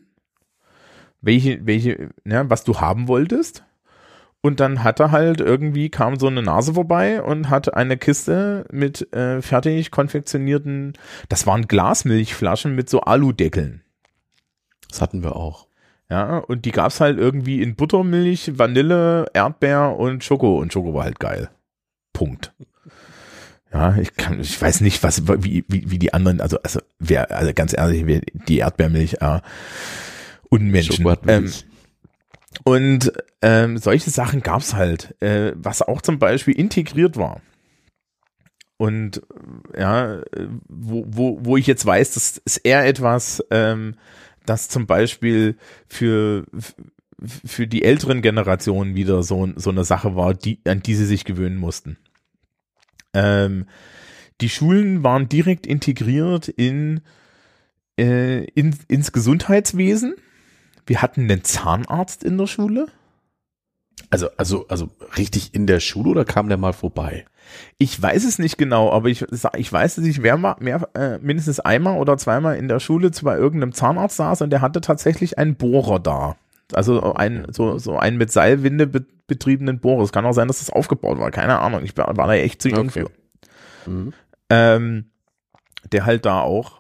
was du haben wolltest. Und dann kam so eine Nase vorbei und hatte eine Kiste mit fertig konfektionierten, das waren Glasmilchflaschen mit so Aludeckeln. Das hatten wir auch. Ja, und die gab's halt irgendwie in Buttermilch, Vanille, Erdbeer und Schoko. Und Schoko war halt geil. Punkt. Ja, ich weiß nicht, wie die anderen, also ganz ehrlich, die Erdbeermilch, Unmenschen. Und solche Sachen gab's halt, was auch zum Beispiel integriert war. Und ja, wo ich jetzt weiß, das ist eher etwas, das zum Beispiel für die älteren Generationen wieder so eine Sache war, an die sie sich gewöhnen mussten. Die Schulen waren direkt integriert ins Gesundheitswesen. Wir hatten einen Zahnarzt in der Schule. Also richtig in der Schule oder kam der mal vorbei? Ich weiß es nicht genau, aber ich weiß, dass ich mindestens einmal oder zweimal in der Schule bei irgendeinem Zahnarzt saß und der hatte tatsächlich einen Bohrer da. Also so einen mit Seilwinde betriebenen Bohrer. Es kann auch sein, dass das aufgebaut war. Keine Ahnung. Ich war da echt zu jung für. Der halt da auch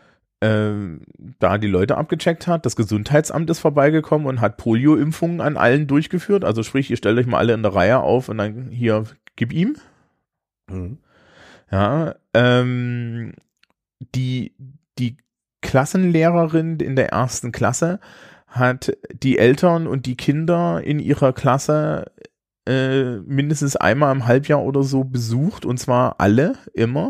da die Leute abgecheckt hat. Das Gesundheitsamt ist vorbeigekommen und hat Polio-Impfungen an allen durchgeführt. Also sprich, ihr stellt euch mal alle in der Reihe auf und dann hier, gib ihm. Ja, die Klassenlehrerin in der 1. Klasse hat die Eltern und die Kinder in ihrer Klasse mindestens einmal im Halbjahr oder so besucht, und zwar alle, immer,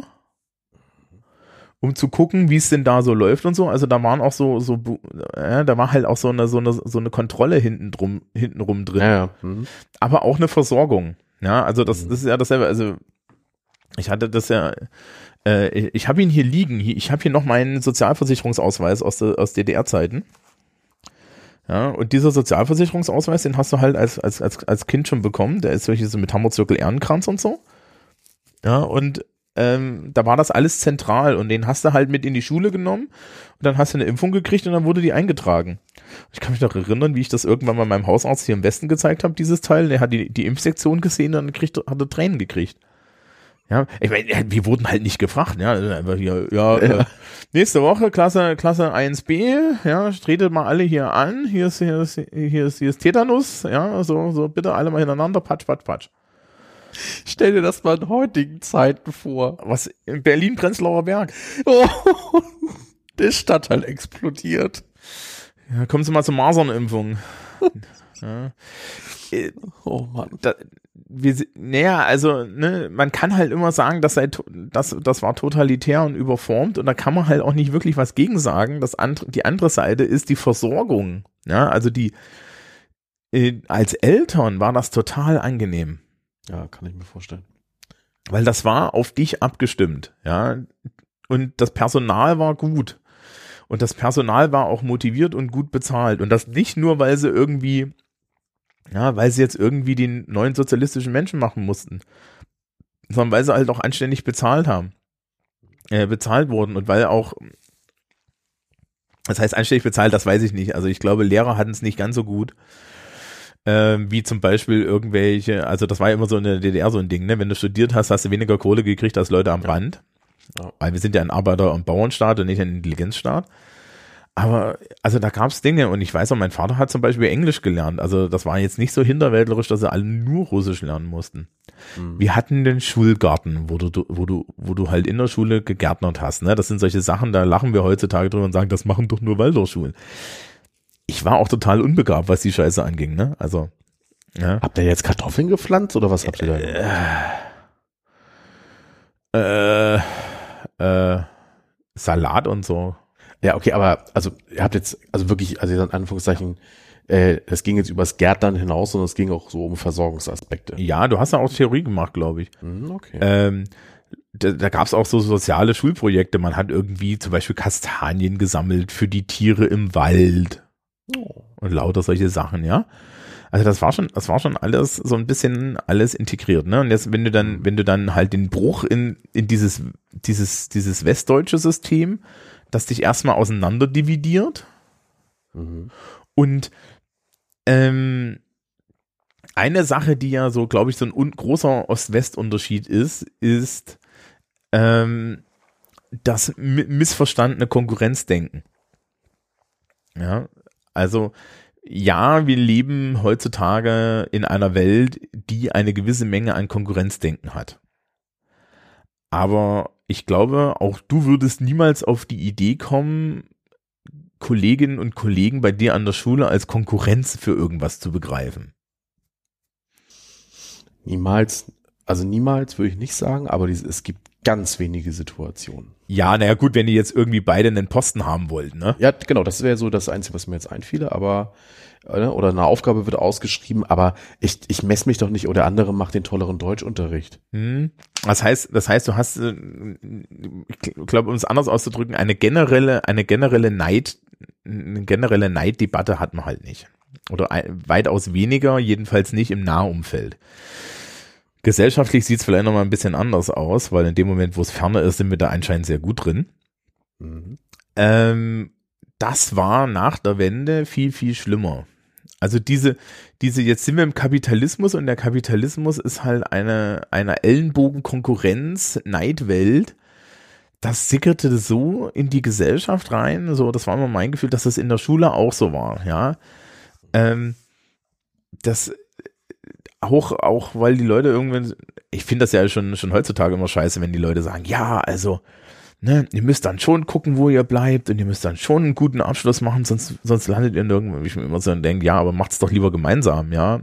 um zu gucken, wie es denn da so läuft und so. Also da waren auch da war halt auch so eine Kontrolle hintenrum drin. Ja. Aber auch eine Versorgung. Ja, also das ist ja dasselbe. Also ich hatte das ja, ich habe ihn hier liegen. Ich habe hier noch meinen Sozialversicherungsausweis aus DDR-Zeiten. Ja, und dieser Sozialversicherungsausweis, den hast du halt als Kind schon bekommen. Der ist solche so mit Hammerzirkel Ehrenkranz und so. Ja, und da war das alles zentral und den hast du halt mit in die Schule genommen und dann hast du eine Impfung gekriegt und dann wurde die eingetragen. Ich kann mich noch erinnern, wie ich das irgendwann mal meinem Hausarzt hier im Westen gezeigt habe, dieses Teil. Der hat die Impfsektion gesehen und hat Tränen gekriegt. Ja, ich meine, wir wurden halt nicht gefragt, ja, also einfach hier, nächste Woche Klasse 1b, ja, tretet mal alle hier an, hier ist Tetanus, ja, so bitte alle mal hintereinander, patsch. Stell dir das mal in heutigen Zeiten vor. Was in Berlin, Prenzlauer Berg. Oh, der Stadtteil explodiert. Ja, kommen Sie mal zur Masernimpfung. Ja. Oh Mann. Man kann halt immer sagen, das war totalitär und überformt und da kann man halt auch nicht wirklich was gegen sagen. Die andere Seite ist die Versorgung. Ja, also als Eltern war das total angenehm. Ja, kann ich mir vorstellen. Weil das war auf dich abgestimmt, ja. Und das Personal war gut. Und das Personal war auch motiviert und gut bezahlt. Und das nicht nur, weil sie jetzt irgendwie den neuen sozialistischen Menschen machen mussten, sondern weil sie halt auch anständig bezahlt wurden und weil auch, das heißt anständig bezahlt, das weiß ich nicht. Also ich glaube, Lehrer hatten es nicht ganz so gut. Wie zum Beispiel irgendwelche, also das war ja immer so in der DDR so ein Ding, ne? Wenn du studiert hast, hast du weniger Kohle gekriegt als Leute am Rand. Ja. Weil wir sind ja ein Arbeiter- und Bauernstaat und nicht ein Intelligenzstaat. Aber, also da gab's Dinge und ich weiß auch, mein Vater hat zum Beispiel Englisch gelernt. Also das war jetzt nicht so hinterwäldlerisch, dass sie alle nur Russisch lernen mussten. Mhm. Wir hatten den Schulgarten, wo du halt in der Schule gegärtnert hast, ne? Das sind solche Sachen, da lachen wir heutzutage drüber und sagen, das machen doch nur Waldorfschulen. Ich war auch total unbegabt, was die Scheiße anging, ne? Also, ja. Habt ihr jetzt Kartoffeln gepflanzt oder was habt ihr da? Salat und so. Ja, okay, aber also ihr habt jetzt, also wirklich, also in Anführungszeichen, es ging jetzt übers Gärtnern hinaus, sondern es ging auch so um Versorgungsaspekte. Ja, du hast ja auch Theorie gemacht, glaube ich. Okay. Da gab es auch so soziale Schulprojekte. Man hat irgendwie zum Beispiel Kastanien gesammelt für die Tiere im Wald. Und lauter solche Sachen, ja. Also das war schon alles so ein bisschen alles integriert, ne? Und jetzt, wenn du dann halt den Bruch in dieses westdeutsche System, das dich erstmal auseinander dividiert. Mhm. Und eine Sache, die ja so, glaube ich, so ein großer Ost-West-Unterschied ist das missverstandene Konkurrenzdenken. Ja, also ja, wir leben heutzutage in einer Welt, die eine gewisse Menge an Konkurrenzdenken hat. Aber ich glaube, auch du würdest niemals auf die Idee kommen, Kolleginnen und Kollegen bei dir an der Schule als Konkurrenz für irgendwas zu begreifen. Niemals würde ich nicht sagen, aber es gibt ganz wenige Situationen. Ja, naja gut, wenn die jetzt irgendwie beide einen Posten haben wollten, ne? Ja, genau, das wäre so das Einzige, was mir jetzt einfiele, aber oder eine Aufgabe wird ausgeschrieben, aber ich messe mich doch nicht oder andere macht den tolleren Deutschunterricht. Das heißt, du hast, ich glaube, um es anders auszudrücken, eine generelle Neiddebatte hat man halt nicht. Oder weitaus weniger, jedenfalls nicht im Nahumfeld. Gesellschaftlich sieht es vielleicht noch mal ein bisschen anders aus, weil in dem Moment, wo es ferner ist, sind wir da anscheinend sehr gut drin. Mhm. Das war nach der Wende viel, viel schlimmer. Also diese, jetzt sind wir im Kapitalismus und der Kapitalismus ist halt eine Ellenbogen-Konkurrenz, Neidwelt. Das sickerte so in die Gesellschaft rein, so, das war immer mein Gefühl, dass das in der Schule auch so war, ja. Das auch weil die Leute irgendwann, ich finde das ja schon heutzutage immer scheiße, wenn die Leute sagen, ja, also, ne, ihr müsst dann schon gucken, wo ihr bleibt und ihr müsst dann schon einen guten Abschluss machen, sonst landet ihr in irgendwo, wie ich mir immer so denke, ja, aber macht's doch lieber gemeinsam, ja.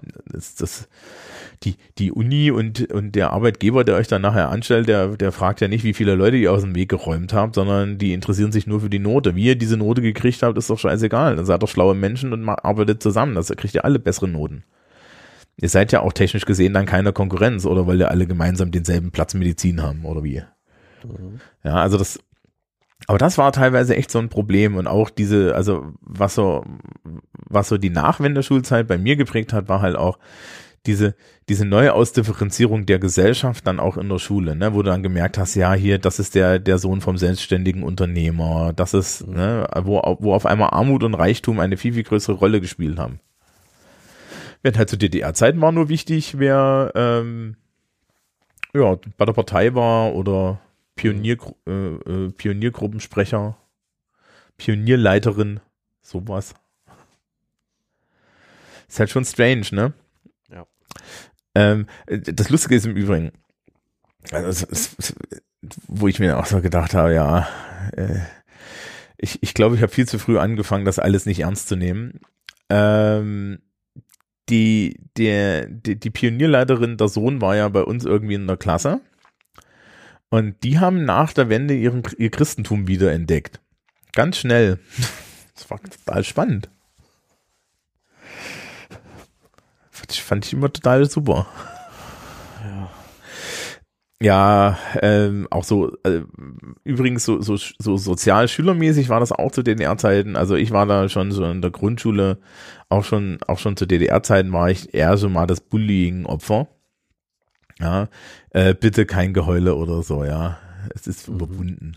Die Uni und der Arbeitgeber, der euch dann nachher anstellt, der fragt ja nicht, wie viele Leute ihr aus dem Weg geräumt habt, sondern die interessieren sich nur für die Note. Wie ihr diese Note gekriegt habt, ist doch scheißegal. Dann seid doch schlaue Menschen und arbeitet zusammen. Das kriegt ihr alle bessere Noten. Ihr seid ja auch technisch gesehen dann keine Konkurrenz, oder weil ihr alle gemeinsam denselben Platz Medizin haben, oder wie? Mhm. Ja, also aber das war teilweise echt so ein Problem und auch was so die Nachwendeschulzeit bei mir geprägt hat, war halt auch diese neue Ausdifferenzierung der Gesellschaft dann auch in der Schule, ne, wo du dann gemerkt hast, ja, hier, das ist der Sohn vom selbstständigen Unternehmer, das ist, ne, wo auf einmal Armut und Reichtum eine viel, viel größere Rolle gespielt haben. Während halt zu DDR-Zeiten war nur wichtig, wer ja, bei der Partei war oder Pioniergruppensprecher, Pionierleiterin, sowas. Ist halt schon strange, ne? Ja. Das Lustige ist im Übrigen, also wo ich mir auch so gedacht habe, ja, ich glaube, ich habe viel zu früh angefangen, das alles nicht ernst zu nehmen. Die Pionierleiterin, der Sohn war ja bei uns irgendwie in der Klasse und die haben nach der Wende ihr Christentum wiederentdeckt. Ganz schnell. Das war total spannend. Fand ich immer total super. Ja, auch so, übrigens so sozial-schülermäßig war das auch zu DDR-Zeiten. Also ich war da schon so in der Grundschule, auch schon zu DDR-Zeiten war ich eher so mal das Bullying-Opfer. Ja, bitte kein Geheule oder so, ja. Es ist überwunden.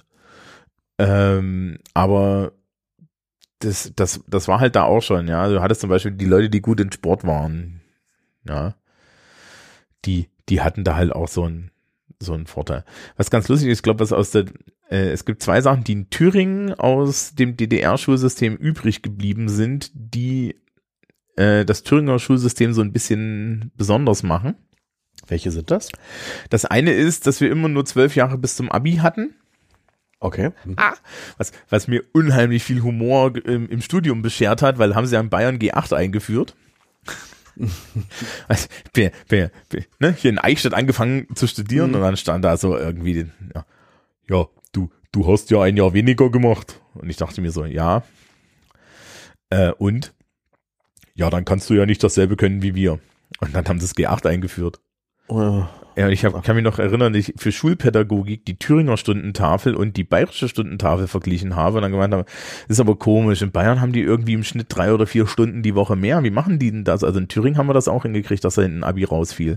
Aber das war halt da auch schon, ja. Du hattest zum Beispiel die Leute, die gut in Sport waren, ja. Die hatten da halt auch so ein Vorteil. Was ganz lustig ist, ich glaube, es gibt zwei Sachen, die in Thüringen aus dem DDR-Schulsystem übrig geblieben sind, die das Thüringer Schulsystem so ein bisschen besonders machen. Welche sind das? Das eine ist, dass wir immer nur 12 Jahre bis zum Abi hatten. Okay. Was mir unheimlich viel Humor im Studium beschert hat, weil haben sie ja in Bayern G8 eingeführt. Also, hier in Eichstätt angefangen zu studieren und dann stand da so irgendwie, ja, du hast ja ein Jahr weniger gemacht. Und ich dachte mir so, ja, und? Ja, dann kannst du ja nicht dasselbe können wie wir. Und dann haben sie das G8 eingeführt. Oh. Ja, ich kann mich noch erinnern, ich für Schulpädagogik die Thüringer Stundentafel und die bayerische Stundentafel verglichen habe und dann gemeint habe, das ist aber komisch, in Bayern haben die irgendwie im Schnitt 3 oder 4 Stunden die Woche mehr. Wie machen die denn das? Also in Thüringen haben wir das auch hingekriegt, dass da hinten ein Abi rausfiel.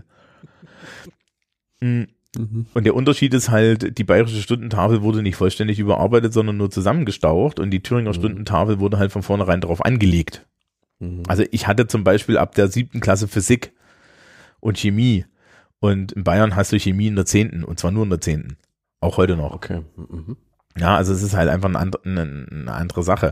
Und der Unterschied ist halt, die bayerische Stundentafel wurde nicht vollständig überarbeitet, sondern nur zusammengestaucht und die Thüringer Stundentafel wurde halt von vornherein darauf angelegt. Also ich hatte zum Beispiel ab der 7. Klasse Physik und Chemie. Und in Bayern hast du Chemie in der 10. und zwar nur in der 10. Auch heute noch. Okay. Ja, also es ist halt einfach eine andere Sache.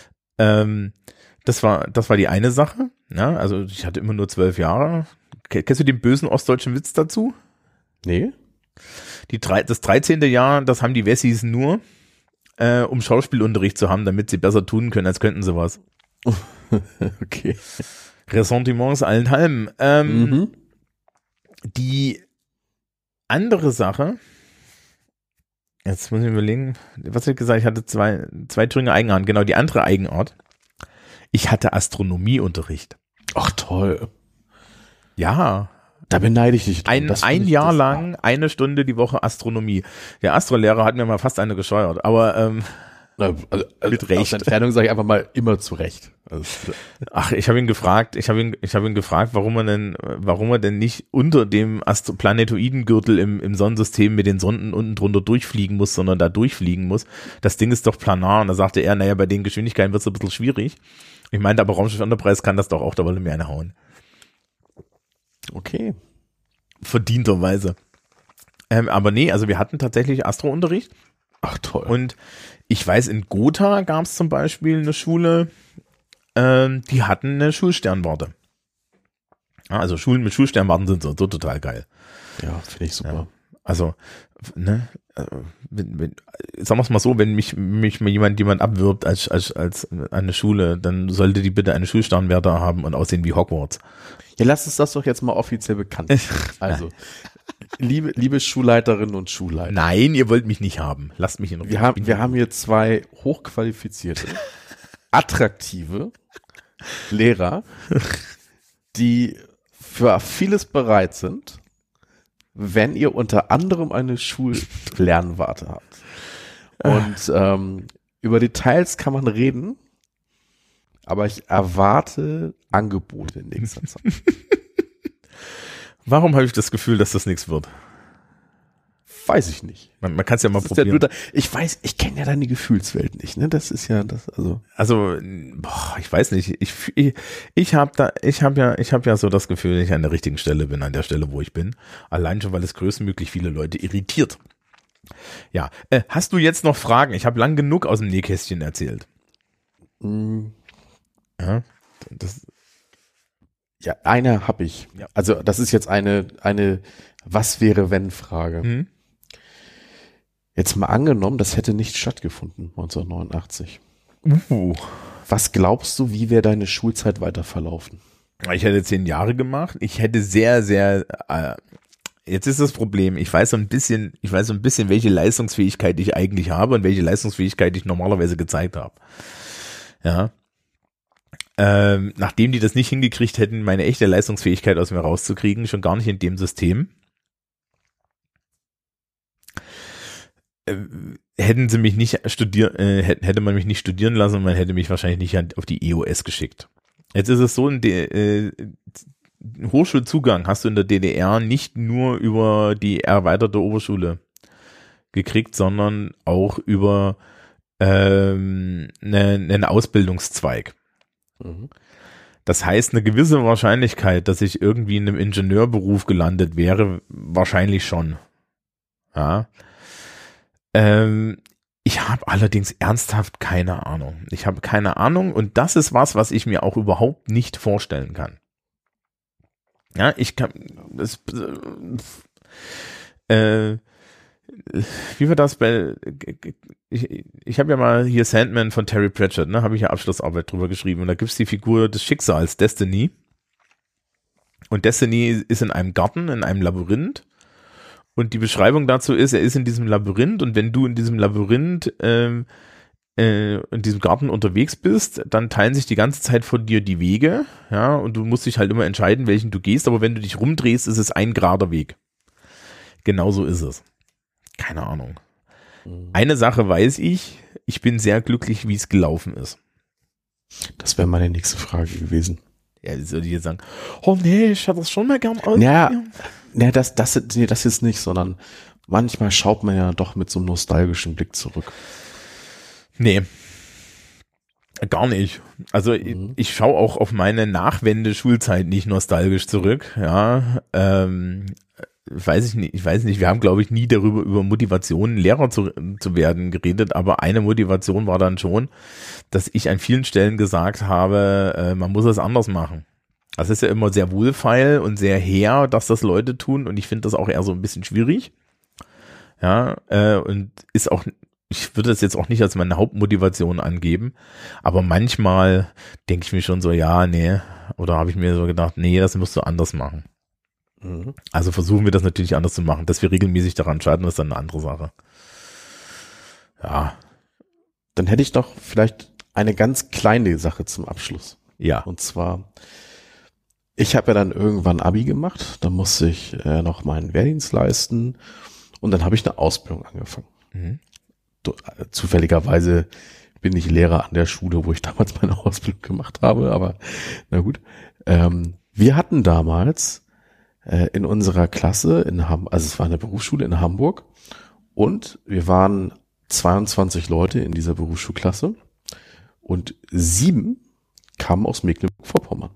Das war die eine Sache. Ja, also ich hatte immer nur 12 Jahre. Kennst du den bösen ostdeutschen Witz dazu? Nee. Das 13. Jahr, das haben die Wessis nur, um Schauspielunterricht zu haben, damit sie besser tun können, als könnten sie was. Okay. Ressentiments allenthalben. Die andere Sache, jetzt muss ich überlegen, was habe ich gesagt? Ich hatte zwei Thüringer Eigenarten. Genau, die andere Eigenart. Ich hatte Astronomieunterricht. Ach toll. Ja. Da beneide ich dich drum. Ein Jahr lang, 1 Stunde die Woche Astronomie. Der Astrolehrer hat mir mal fast eine gescheuert, aber mit Recht. Aus Entfernung sage ich einfach mal immer zu Recht. Also, ach, ich habe ihn gefragt, warum er denn nicht unter dem Planetoidengürtel im Sonnensystem mit den Sonden unten drunter durchfliegen muss, sondern da durchfliegen muss. Das Ding ist doch planar. Und da sagte er, naja, bei den Geschwindigkeiten wird es ein bisschen schwierig. Ich meinte, aber Raumschiff Enterprise kann das doch auch, da wollte mir eine hauen. Okay. Verdienterweise. Aber nee, also wir hatten tatsächlich Astrounterricht. Ach toll. Und ich weiß, in Gotha gab es zum Beispiel eine Schule, die hatten eine Schulsternwarte. Ja, also Schulen mit Schulsternwarten sind so total geil. Ja, finde ich super. Ja, also, ne, sagen wir es mal so, wenn mich mal jemand abwirbt als eine Schule, dann sollte die bitte eine Schulsternwarte haben und aussehen wie Hogwarts. Ja, lass uns das doch jetzt mal offiziell bekannt machen. Also, liebe Schulleiterinnen und Schulleiter. Nein, ihr wollt mich nicht haben. Lasst mich in Ruhe. Wir haben hier 2 hochqualifizierte, attraktive Lehrer, die für vieles bereit sind, wenn ihr unter anderem eine Schullernwarte habt. Und über Details kann man reden, aber ich erwarte Angebote in nächster Zeit. Warum habe ich das Gefühl, dass das nichts wird? weiß ich nicht. Man kann es ja mal Das ist probieren. ich kenne ja deine Gefühlswelt nicht, ne? Das ist ja das, Also, ich weiß nicht. Ich habe ja so das Gefühl, dass ich an der richtigen Stelle bin, an der Stelle, wo ich bin. Allein schon, weil es größtmöglich viele Leute irritiert. Ja, hast du jetzt noch Fragen? Ich habe lang genug aus dem Nähkästchen erzählt. Ja, eine habe ich. Ja. Also das ist jetzt eine Was wäre wenn Frage. Jetzt mal angenommen, das hätte nicht stattgefunden 1989. Was glaubst du, wie wäre deine Schulzeit weiter verlaufen? Ich hätte 10 Jahre gemacht. Ich hätte jetzt ist das Problem, ich weiß so ein bisschen, welche Leistungsfähigkeit ich eigentlich habe und welche Leistungsfähigkeit ich normalerweise gezeigt habe. Ja. Nachdem die das nicht hingekriegt hätten, meine echte Leistungsfähigkeit aus mir rauszukriegen, schon gar nicht in dem System, hätten sie mich nicht hätte man mich nicht studieren lassen und man hätte mich wahrscheinlich nicht auf die EOS geschickt. Jetzt ist es so, Hochschulzugang hast du in der DDR nicht nur über die erweiterte Oberschule gekriegt, sondern auch über einen Ausbildungszweig. Das heißt, eine gewisse Wahrscheinlichkeit, dass ich irgendwie in einem Ingenieurberuf gelandet wäre, wahrscheinlich schon. Ja. Ich habe allerdings ernsthaft keine Ahnung. Ich habe keine Ahnung und das ist was ich mir auch überhaupt nicht vorstellen kann. Ja, ich kann das wie war das bei ich habe ja mal hier Sandman von Terry Pratchett, ne, habe ich ja Abschlussarbeit drüber geschrieben und da gibt's die Figur des Schicksals, Destiny. Und Destiny ist in einem Garten, in einem Labyrinth und die Beschreibung dazu ist, er ist in diesem Labyrinth und wenn du in diesem Labyrinth in diesem Garten unterwegs bist, dann teilen sich die ganze Zeit von dir die Wege, ja, und du musst dich halt immer entscheiden, welchen du gehst, aber wenn du dich rumdrehst, ist es ein gerader Weg. Genauso ist es. Keine Ahnung. Eine Sache weiß ich bin sehr glücklich, wie es gelaufen ist. Das wäre meine nächste Frage gewesen. Ja, jetzt würde ich jetzt sagen, oh nee, ich hätte das schon mal gern aus. Ja, das ist nicht, sondern manchmal schaut man ja doch mit so einem nostalgischen Blick zurück. Nee, gar nicht. Also ich schaue auch auf meine Nachwende-Schulzeit nicht nostalgisch zurück. Ja, weiß ich nicht. Wir haben, glaube ich, nie über Motivation, Lehrer zu werden geredet, aber eine Motivation war dann schon, dass ich an vielen Stellen gesagt habe, man muss es anders machen. Das ist ja immer sehr wohlfeil und sehr hehr, dass das Leute tun und ich finde das auch eher so ein bisschen schwierig. Ja, und ist auch, ich würde das jetzt auch nicht als meine Hauptmotivation angeben, aber manchmal denke ich mir schon so, ja, nee, oder habe ich mir so gedacht, nee, das musst du anders machen. Also versuchen wir das natürlich anders zu machen. Dass wir regelmäßig daran scheitern, ist dann eine andere Sache. Ja. Dann hätte ich doch vielleicht eine ganz kleine Sache zum Abschluss. Ja. Und zwar, ich habe ja dann irgendwann Abi gemacht, da musste ich noch meinen Wehrdienst leisten und dann habe ich eine Ausbildung angefangen. Zufälligerweise bin ich Lehrer an der Schule, wo ich damals meine Ausbildung gemacht habe, aber na gut. Wir hatten damals in unserer Klasse also es war eine Berufsschule in Hamburg und wir waren 22 Leute in dieser Berufsschulklasse und 7 kamen aus Mecklenburg-Vorpommern.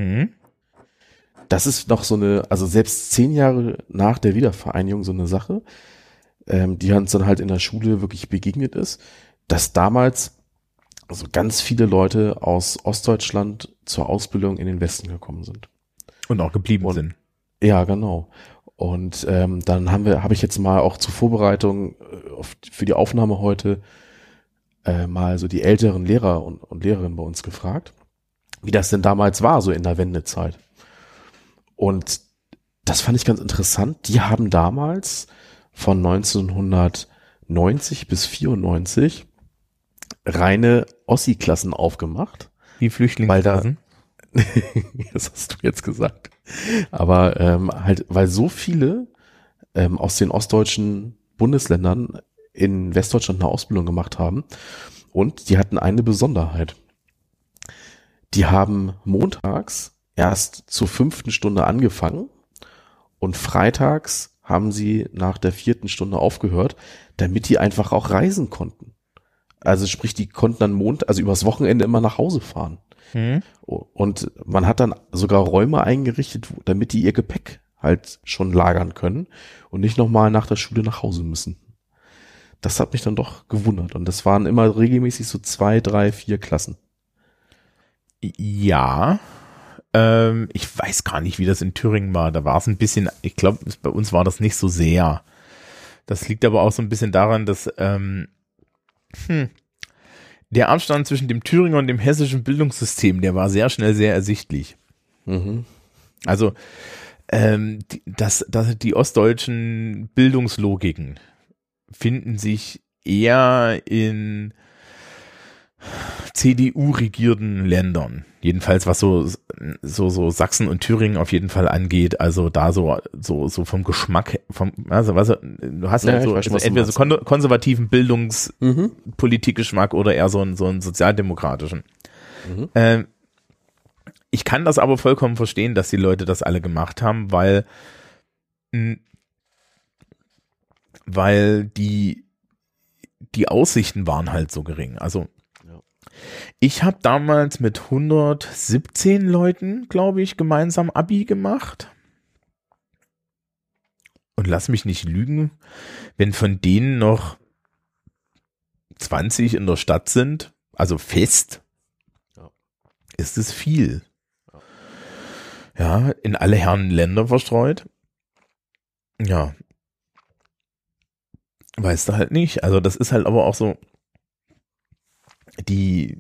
Das ist noch so also selbst 10 Jahre nach der Wiedervereinigung so eine Sache, die uns dann halt in der Schule wirklich begegnet ist, dass damals also ganz viele Leute aus Ostdeutschland zur Ausbildung in den Westen gekommen sind. Und auch geblieben sind. Ja, genau. Und dann habe ich jetzt mal auch zur Vorbereitung für die Aufnahme heute mal so die älteren Lehrer und Lehrerinnen bei uns gefragt, wie das denn damals war, so in der Wendezeit. Und das fand ich ganz interessant. Die haben damals von 1990 bis 94 reine Ossi-Klassen aufgemacht. Wie Flüchtlingsklassen? Das hast du jetzt gesagt. Aber halt, weil so viele aus den ostdeutschen Bundesländern in Westdeutschland eine Ausbildung gemacht haben und die hatten eine Besonderheit. Die haben montags erst zur 5. Stunde angefangen und freitags haben sie nach der 4. Stunde aufgehört, damit die einfach auch reisen konnten. Also sprich, die konnten dann also übers Wochenende immer nach Hause fahren. Und man hat dann sogar Räume eingerichtet, damit die ihr Gepäck halt schon lagern können und nicht nochmal nach der Schule nach Hause müssen. Das hat mich dann doch gewundert. Und das waren immer regelmäßig so 2, 3, 4 Klassen. Ja, ich weiß gar nicht, wie das in Thüringen war. Da war es ein bisschen, ich glaube, bei uns war das nicht so sehr. Das liegt aber auch so ein bisschen daran, dass der Abstand zwischen dem Thüringer und dem hessischen Bildungssystem, der war sehr schnell sehr ersichtlich. Also die ostdeutschen Bildungslogiken finden sich eher in CDU-regierten Ländern. Jedenfalls was so Sachsen und Thüringen auf jeden Fall angeht. Also da so vom Geschmack, also was du hast ja so entweder so konservativen Bildungspolitikgeschmack oder eher so einen sozialdemokratischen. Ich kann das aber vollkommen verstehen, dass die Leute das alle gemacht haben, weil die Aussichten waren halt so gering. Also ich habe damals mit 117 Leuten, glaube ich, gemeinsam Abi gemacht. Und lass mich nicht lügen, wenn von denen noch 20 in der Stadt sind, also fest, ist es viel. Ja, in alle Herren Länder verstreut. Ja. Weißt du halt nicht. Also das ist halt aber auch so die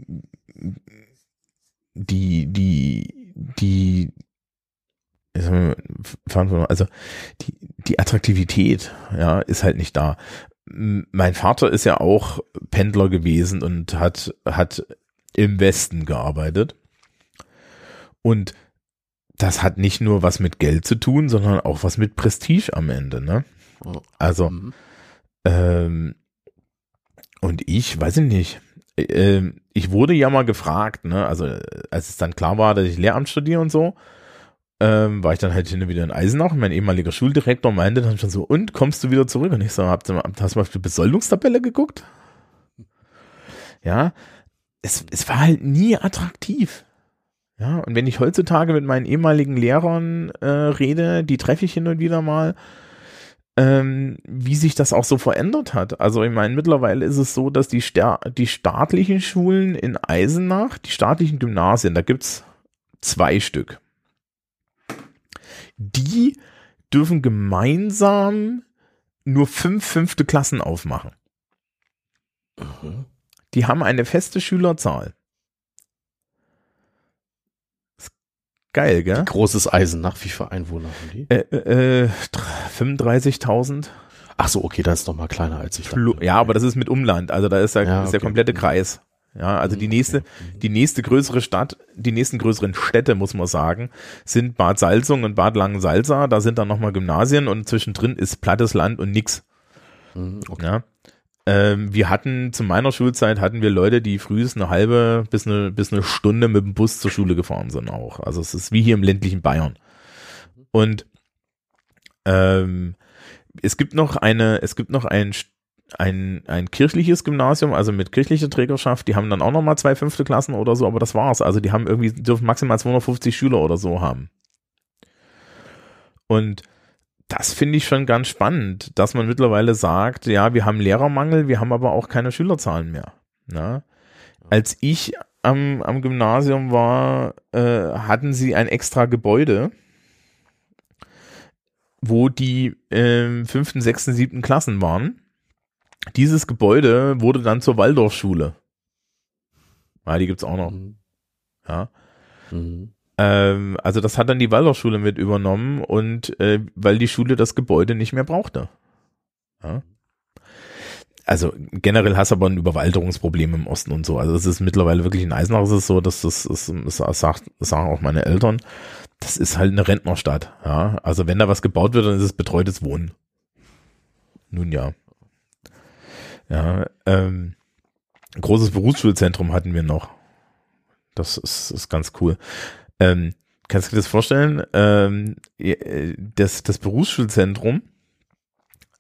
Attraktivität, ja, ist halt nicht da. Mein Vater ist ja auch Pendler gewesen und hat im Westen gearbeitet. Und das hat nicht nur was mit Geld zu tun, sondern auch was mit Prestige am Ende, ne? Also, und ich weiß nicht, ich wurde ja mal gefragt, ne, also als es dann klar war, dass ich Lehramt studiere und so, war ich dann halt hin und wieder in Eisenach und mein ehemaliger Schuldirektor meinte dann schon so, und kommst du wieder zurück? Und ich so, hast du mal auf die Besoldungstabelle geguckt? Ja, es war halt nie attraktiv. Ja, und wenn ich heutzutage mit meinen ehemaligen Lehrern rede, die treffe ich hin und wieder mal, wie sich das auch so verändert hat. Also ich meine, mittlerweile ist es so, dass die staatlichen Schulen in Eisenach, die staatlichen Gymnasien, da gibt's 2 Stück. Die dürfen gemeinsam nur 5 5. Klassen aufmachen. Die haben eine feste Schülerzahl. Geil, gell? Wie groß ist Eisenach? Wie viele Einwohner haben die? 35.000. Ach so, okay, das ist noch mal kleiner als ich dachte. Ja, aber das ist mit Umland, also da ist der komplette Kreis. Ja, also die nächste größere Stadt, die nächsten größeren Städte, muss man sagen, sind Bad Salzung und Bad Langensalza. Da sind dann nochmal Gymnasien und zwischendrin ist plattes Land und nix. Okay. Ja. Wir hatten, zu meiner Schulzeit hatten wir Leute, die frühestens eine halbe bis eine Stunde mit dem Bus zur Schule gefahren sind auch. Also es ist wie hier im ländlichen Bayern. Und es gibt noch ein kirchliches Gymnasium, also mit kirchlicher Trägerschaft, die haben dann auch nochmal 2 5. Klassen oder so, aber das war's. Also die haben dürfen maximal 250 Schüler oder so haben. Und das finde ich schon ganz spannend, dass man mittlerweile sagt, ja, wir haben Lehrermangel, wir haben aber auch keine Schülerzahlen mehr. Na? Als ich am Gymnasium war, hatten sie ein extra Gebäude, wo die 5., 6., 7. Klassen waren. Dieses Gebäude wurde dann zur Waldorfschule. Ja, die gibt's auch noch. Ja. Also das hat dann die Waldorfschule mit übernommen und weil die Schule das Gebäude nicht mehr brauchte. Ja. Also generell hast du aber ein Überwalterungsproblem im Osten und so. Also es ist mittlerweile wirklich in Eisenach ist es so, dass das sagen auch meine Eltern, das ist halt eine Rentnerstadt. Ja. Also wenn da was gebaut wird, dann ist es betreutes Wohnen. Nun ja. Ja. Großes Berufsschulzentrum hatten wir noch. Das ist ganz cool. Kannst du dir das vorstellen? Das Berufsschulzentrum,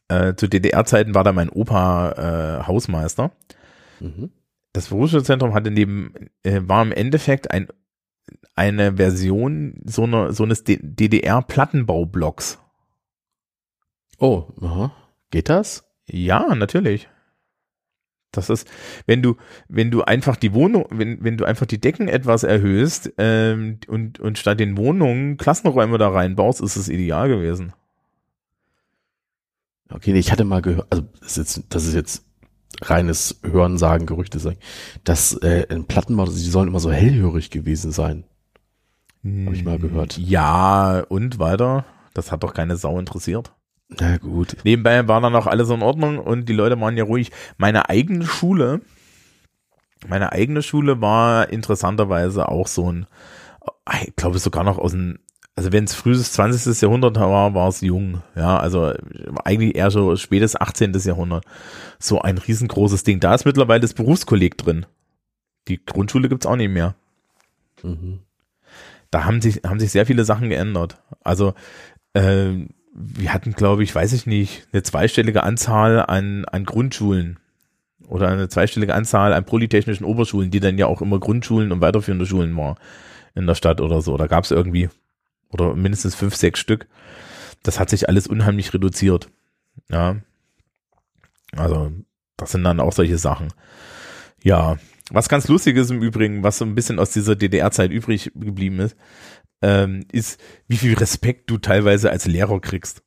Zu DDR-Zeiten war da mein Opa Hausmeister. Mhm. Das Berufsschulzentrum war im Endeffekt eine Version so eines DDR-Plattenbaublocks. Oh, aha. Geht das? Ja, natürlich. Das ist, wenn du einfach die Wohnung, wenn du einfach die Decken etwas erhöhst und statt den Wohnungen Klassenräume da reinbaust, ist es ideal gewesen. Okay, nee, ich hatte mal gehört, also das ist jetzt reines Hörensagen, Gerüchte sagen, dass in Plattenbau, die sollen immer so hellhörig gewesen sein. Habe ich mal gehört. Ja, und weiter. Das hat doch keine Sau interessiert. Na gut. Nebenbei war dann auch alles in Ordnung und die Leute waren ja ruhig. Meine eigene Schule war interessanterweise auch so ich glaube sogar noch also wenn es frühes 20. Jahrhundert war es jung. Ja, also eigentlich eher so spätes 18. Jahrhundert. So ein riesengroßes Ding. Da ist mittlerweile das Berufskolleg drin. Die Grundschule gibt's auch nicht mehr. Mhm. Da haben sich sehr viele Sachen geändert. Also, wir hatten, glaube ich, weiß ich nicht, eine zweistellige Anzahl an Grundschulen oder eine zweistellige Anzahl an polytechnischen Oberschulen, die dann ja auch immer Grundschulen und weiterführende Schulen waren in der Stadt oder so. Da gab es irgendwie oder mindestens 5, 6 Stück. Das hat sich alles unheimlich reduziert. Ja, also das sind dann auch solche Sachen. Ja, was ganz lustig ist im Übrigen, was so ein bisschen aus dieser DDR-Zeit übrig geblieben ist, ist, wie viel Respekt du teilweise als Lehrer kriegst.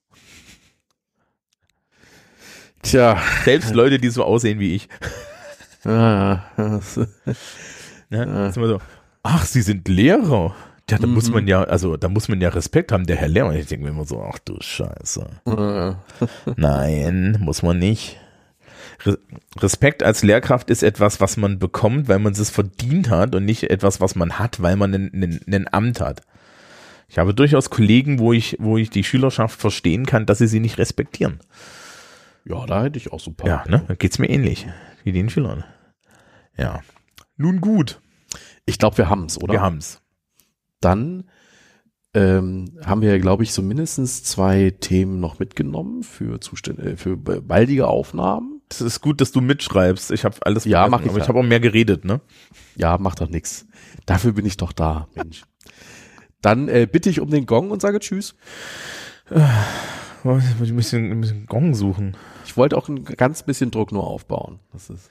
Tja. Selbst Leute, die so aussehen wie ich. Ja. Ist immer so, ach, Sie sind Lehrer. Ja, da muss man ja Respekt haben, der Herr Lehrer. Ich denke mir immer so, ach du Scheiße. Nein, muss man nicht. Respekt als Lehrkraft ist etwas, was man bekommt, weil man es verdient hat und nicht etwas, was man hat, weil man ein Amt hat. Ich habe durchaus Kollegen, wo ich die Schülerschaft verstehen kann, dass sie nicht respektieren. Ja, da hätte ich auch so ein paar. Ja, ne? Da geht's mir ähnlich wie den Schülern. Ja. Nun gut. Ich glaube, wir haben's, oder? Wir haben's. Dann haben wir, glaube ich, so mindestens 2 Themen noch mitgenommen für baldige Aufnahmen. Es ist gut, dass du mitschreibst. Ich habe alles vergessen, mach ich. Aber ich habe auch mehr geredet, ne? Ja, macht doch nichts. Dafür bin ich doch da, Mensch. Dann bitte ich um den Gong und sage Tschüss. Ich muss ein bisschen Gong suchen. Ich wollte auch ein ganz bisschen Druck nur aufbauen. Das ist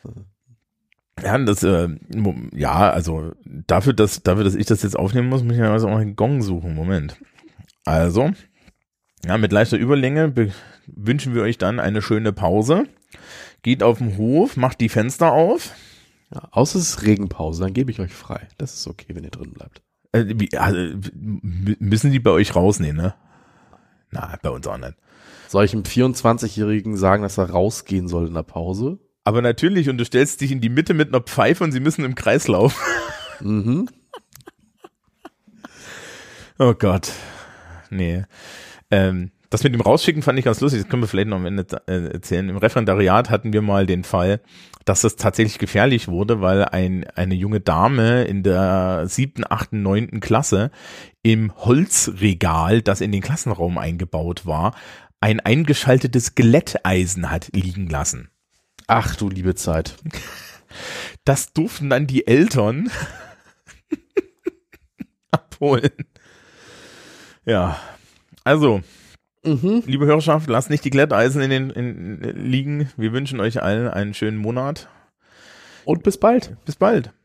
also dafür, dass ich das jetzt aufnehmen muss ich ja also auch einen Gong suchen. Moment. Also, ja, mit leichter Überlänge wünschen wir euch dann eine schöne Pause. Geht auf den Hof, macht die Fenster auf. Ja, außer es ist Regenpause, dann gebe ich euch frei. Das ist okay, wenn ihr drin bleibt. Müssen die bei euch rausnehmen, ne? Na, bei uns auch nicht. Soll ich einem 24-Jährigen sagen, dass er rausgehen soll in der Pause? Aber natürlich, und du stellst dich in die Mitte mit einer Pfeife und sie müssen im Kreis laufen. Mhm. Oh Gott. Nee. Das mit dem Rausschicken fand ich ganz lustig, das können wir vielleicht noch am Ende erzählen. Im Referendariat hatten wir mal den Fall, dass das tatsächlich gefährlich wurde, weil eine junge Dame in der 7., 8., 9. Klasse im Holzregal, das in den Klassenraum eingebaut war, ein eingeschaltetes Glätteisen hat liegen lassen. Ach du liebe Zeit. Das durften dann die Eltern abholen. Ja, also, liebe Hörerschaft, lasst nicht die Glätteisen liegen. Wir wünschen euch allen einen schönen Monat. Und bis bald. Bis bald.